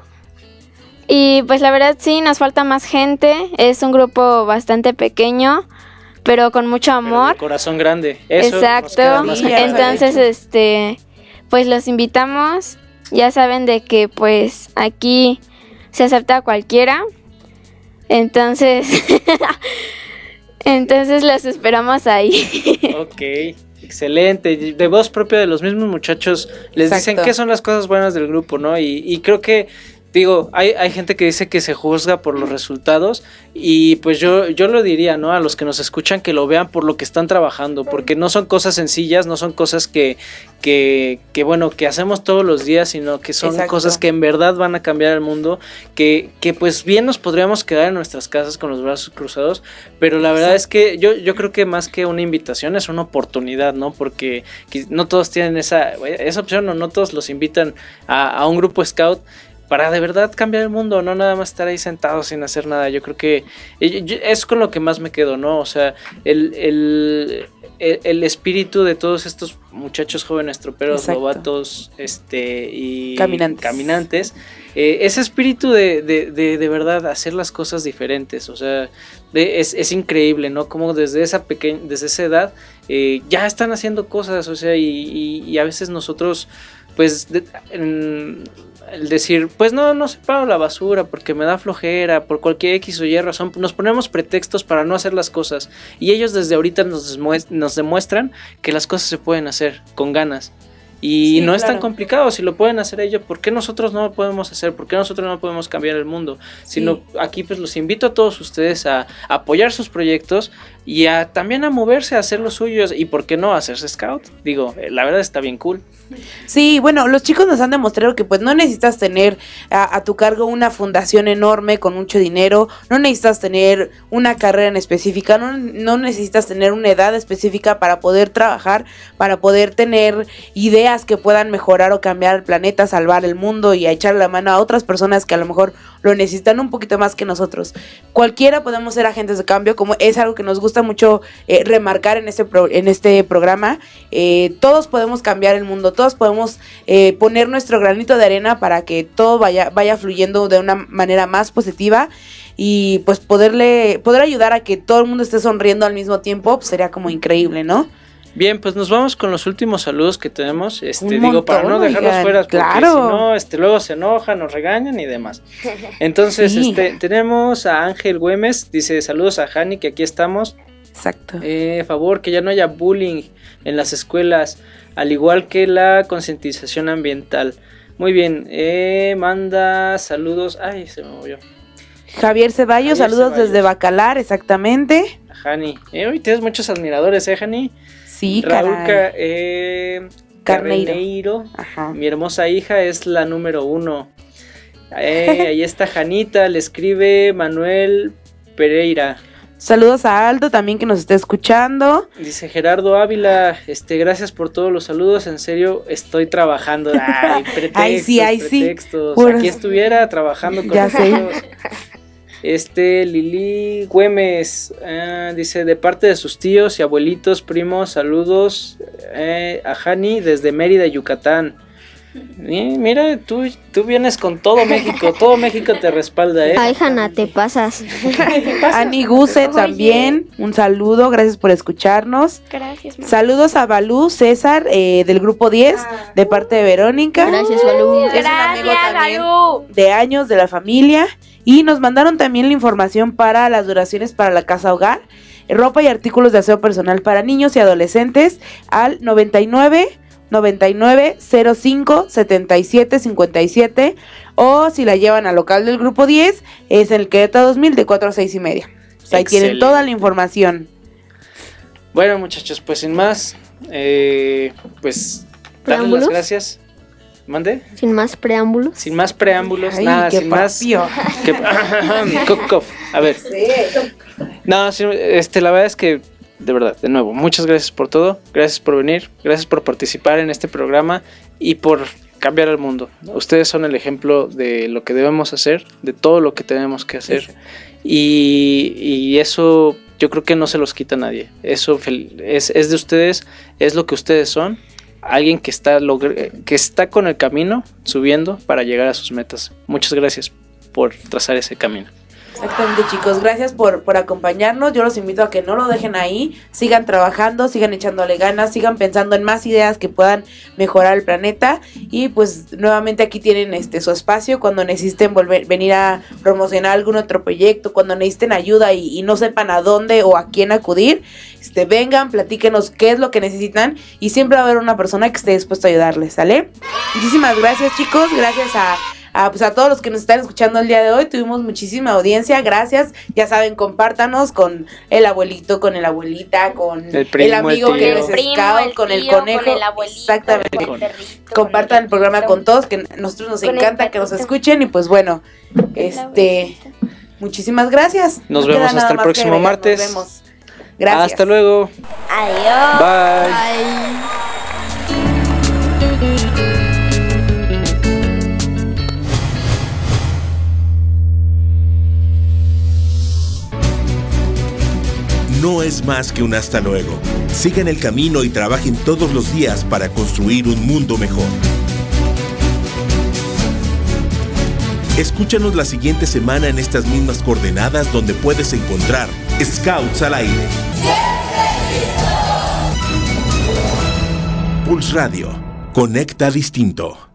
Y pues la verdad sí, nos falta más gente, es un grupo bastante pequeño, pero con mucho amor. Pero de corazón grande. Eso nos Exacto, queda más que claro. entonces este, pues los invitamos. Ya saben de que pues aquí se acepta a cualquiera. Entonces, entonces los esperamos ahí. Ok, excelente. De voz propia de los mismos muchachos les Exacto. dicen qué son las cosas buenas del grupo, ¿no? Y, y creo que, digo, hay, hay gente que dice que se juzga por los resultados y pues yo, yo lo diría, ¿no? A los que nos escuchan que lo vean por lo que están trabajando, porque no son cosas sencillas, no son cosas que, que, que bueno, que hacemos todos los días, sino que son Exacto. cosas que en verdad van a cambiar el mundo, que, que pues bien nos podríamos quedar en nuestras casas con los brazos cruzados, pero la verdad Exacto. es que yo, yo creo que más que una invitación es una oportunidad, ¿no? Porque no todos tienen esa, esa opción, o no todos los invitan a, a un grupo scout para de verdad cambiar el mundo, no nada más estar ahí sentados sin hacer nada. Yo creo que es con lo que más me quedo, ¿no? O sea, el, el, el, el espíritu de todos estos muchachos jóvenes, troperos, Exacto. lobatos, este, y Caminantes. caminantes eh, ese espíritu de, de, de, de verdad hacer las cosas diferentes, o sea, de, es, es increíble, ¿no? Como desde esa pequeña, desde esa edad eh, ya están haciendo cosas, o sea, y, y, y a veces nosotros, pues, de, en, el decir, pues no, no separo la basura porque me da flojera, por cualquier X o Y razón, nos ponemos pretextos para no hacer las cosas, y ellos desde ahorita nos, nos demuestran que las cosas se pueden hacer con ganas. Y Sí, no es claro. tan complicado, si lo pueden hacer ellos, ¿por qué nosotros no lo podemos hacer? ¿Por qué nosotros no podemos cambiar el mundo? Sino Sí. aquí pues los invito a todos ustedes a, a apoyar sus proyectos y a también a moverse, a hacer los suyos, y ¿por qué no hacerse scout? Digo, eh, la verdad está bien cool. Sí, bueno, los chicos nos han demostrado que pues no necesitas tener a, a tu cargo una fundación enorme con mucho dinero, no necesitas tener una carrera en específica, no, no necesitas tener una edad específica para poder trabajar, para poder tener ideas que puedan mejorar o cambiar el planeta, salvar el mundo y a echar la mano a otras personas que a lo mejor lo necesitan un poquito más que nosotros. Cualquiera podemos ser agentes de cambio, como es algo que nos gusta mucho eh, remarcar en este, pro, en este programa. Eh, todos podemos cambiar el mundo, todos podemos eh, poner nuestro granito de arena para que todo vaya, vaya fluyendo de una manera más positiva y pues poderle, poder ayudar a que todo el mundo esté sonriendo al mismo tiempo, pues sería como increíble, ¿no? Bien, pues nos vamos con los últimos saludos que tenemos, este, Un digo, montón, para no dejarlos oigan, fuera, porque claro. si no, este, luego se enojan, nos regañan y demás. Entonces, Sí. este, tenemos a Ángel Güemes, dice, saludos a Jani, que aquí estamos. Exacto. Eh, favor, que ya no haya bullying en las escuelas, al igual que la concientización ambiental. Muy bien, eh, manda saludos, ay, se me movió. Javier Ceballos, Javier saludos Ceballos. desde Bacalar, exactamente. A Jani, eh, hoy tienes muchos admiradores, eh, Jani. Sí, Raúl caray. Ca- eh, Carneiro. Carneiro, Ajá. mi hermosa hija es la número uno. Eh, ahí está Janita, le escribe Manuel Pereira. Saludos a Aldo también que nos está escuchando. Dice Gerardo Ávila, este, gracias por todos los saludos, en serio estoy trabajando. Ay, pretextos, ay, sí, ay, pretextos. Sí. Aquí estuviera trabajando con ya nosotros. Sé. Este, Lili Güemes, eh, dice, de parte de sus tíos y abuelitos, primos, saludos eh, a Jani desde Mérida, Yucatán. Y mira, tú, tú vienes con todo México, todo México te respalda, ¿eh? Ay, Hanna, te pasas. Ani Guse también, un saludo, gracias por escucharnos. Gracias, mamá. Saludos a Balú César eh, del grupo diez, de parte de Verónica. Gracias, Balú. Es un amigo también de años de la familia. Y nos mandaron también la información para las duraciones para la casa hogar, ropa y artículos de aseo personal para niños y adolescentes al noventa y nueve, noventa y nueve, cero cinco, setenta y siete, cincuenta y siete, o si la llevan al local del grupo diez, es en el Querétaro dos mil de cuatro a seis y media. O sea, ahí tienen toda la información. Bueno, muchachos, pues sin más, eh, pues darles las gracias. ¿Mande? Sin más preámbulos. Sin más preámbulos, Ay, nada, sin papio. más. Que, cof, cof. A ver. Sí. No, este, la verdad es que, de verdad, de nuevo, muchas gracias por todo. Gracias por venir. Gracias por participar en este programa y por cambiar el mundo. Ustedes son el ejemplo de lo que debemos hacer, de todo lo que tenemos que hacer. Sí. Y, y eso yo creo que no se los quita nadie. Eso es, es de ustedes, es lo que ustedes son. Alguien que está, que está con el camino subiendo para llegar a sus metas. Muchas gracias por trazar ese camino. Exactamente, chicos, gracias por, por acompañarnos. Yo los invito a que no lo dejen ahí, sigan trabajando, sigan echándole ganas, sigan pensando en más ideas que puedan mejorar el planeta. Y pues nuevamente aquí tienen este su espacio cuando necesiten volver, venir a promocionar algún otro proyecto, cuando necesiten ayuda y, y no sepan a dónde o a quién acudir. Este, vengan, platíquenos qué es lo que necesitan y siempre va a haber una persona que esté dispuesta a ayudarles, ¿sale? Muchísimas gracias, chicos, gracias a A, pues a todos los que nos están escuchando el día de hoy. Tuvimos muchísima audiencia, gracias. Ya saben, compártanos con el abuelito, con el abuelita, con el, primo, el amigo el que les scout, con el conejo, con el abuelito, exactamente. Con el perrito, compartan el programa con todos, que a nosotros nos encanta que nos escuchen. Y pues bueno, este muchísimas gracias. Nos no vemos hasta el próximo martes. Nos vemos. Gracias. Hasta luego. Adiós. Bye. Bye. No es más que un hasta luego. Sigan el camino y trabajen todos los días para construir un mundo mejor. Escúchanos la siguiente semana en estas mismas coordenadas donde puedes encontrar Scouts al Aire. Pulse Radio. Conecta distinto.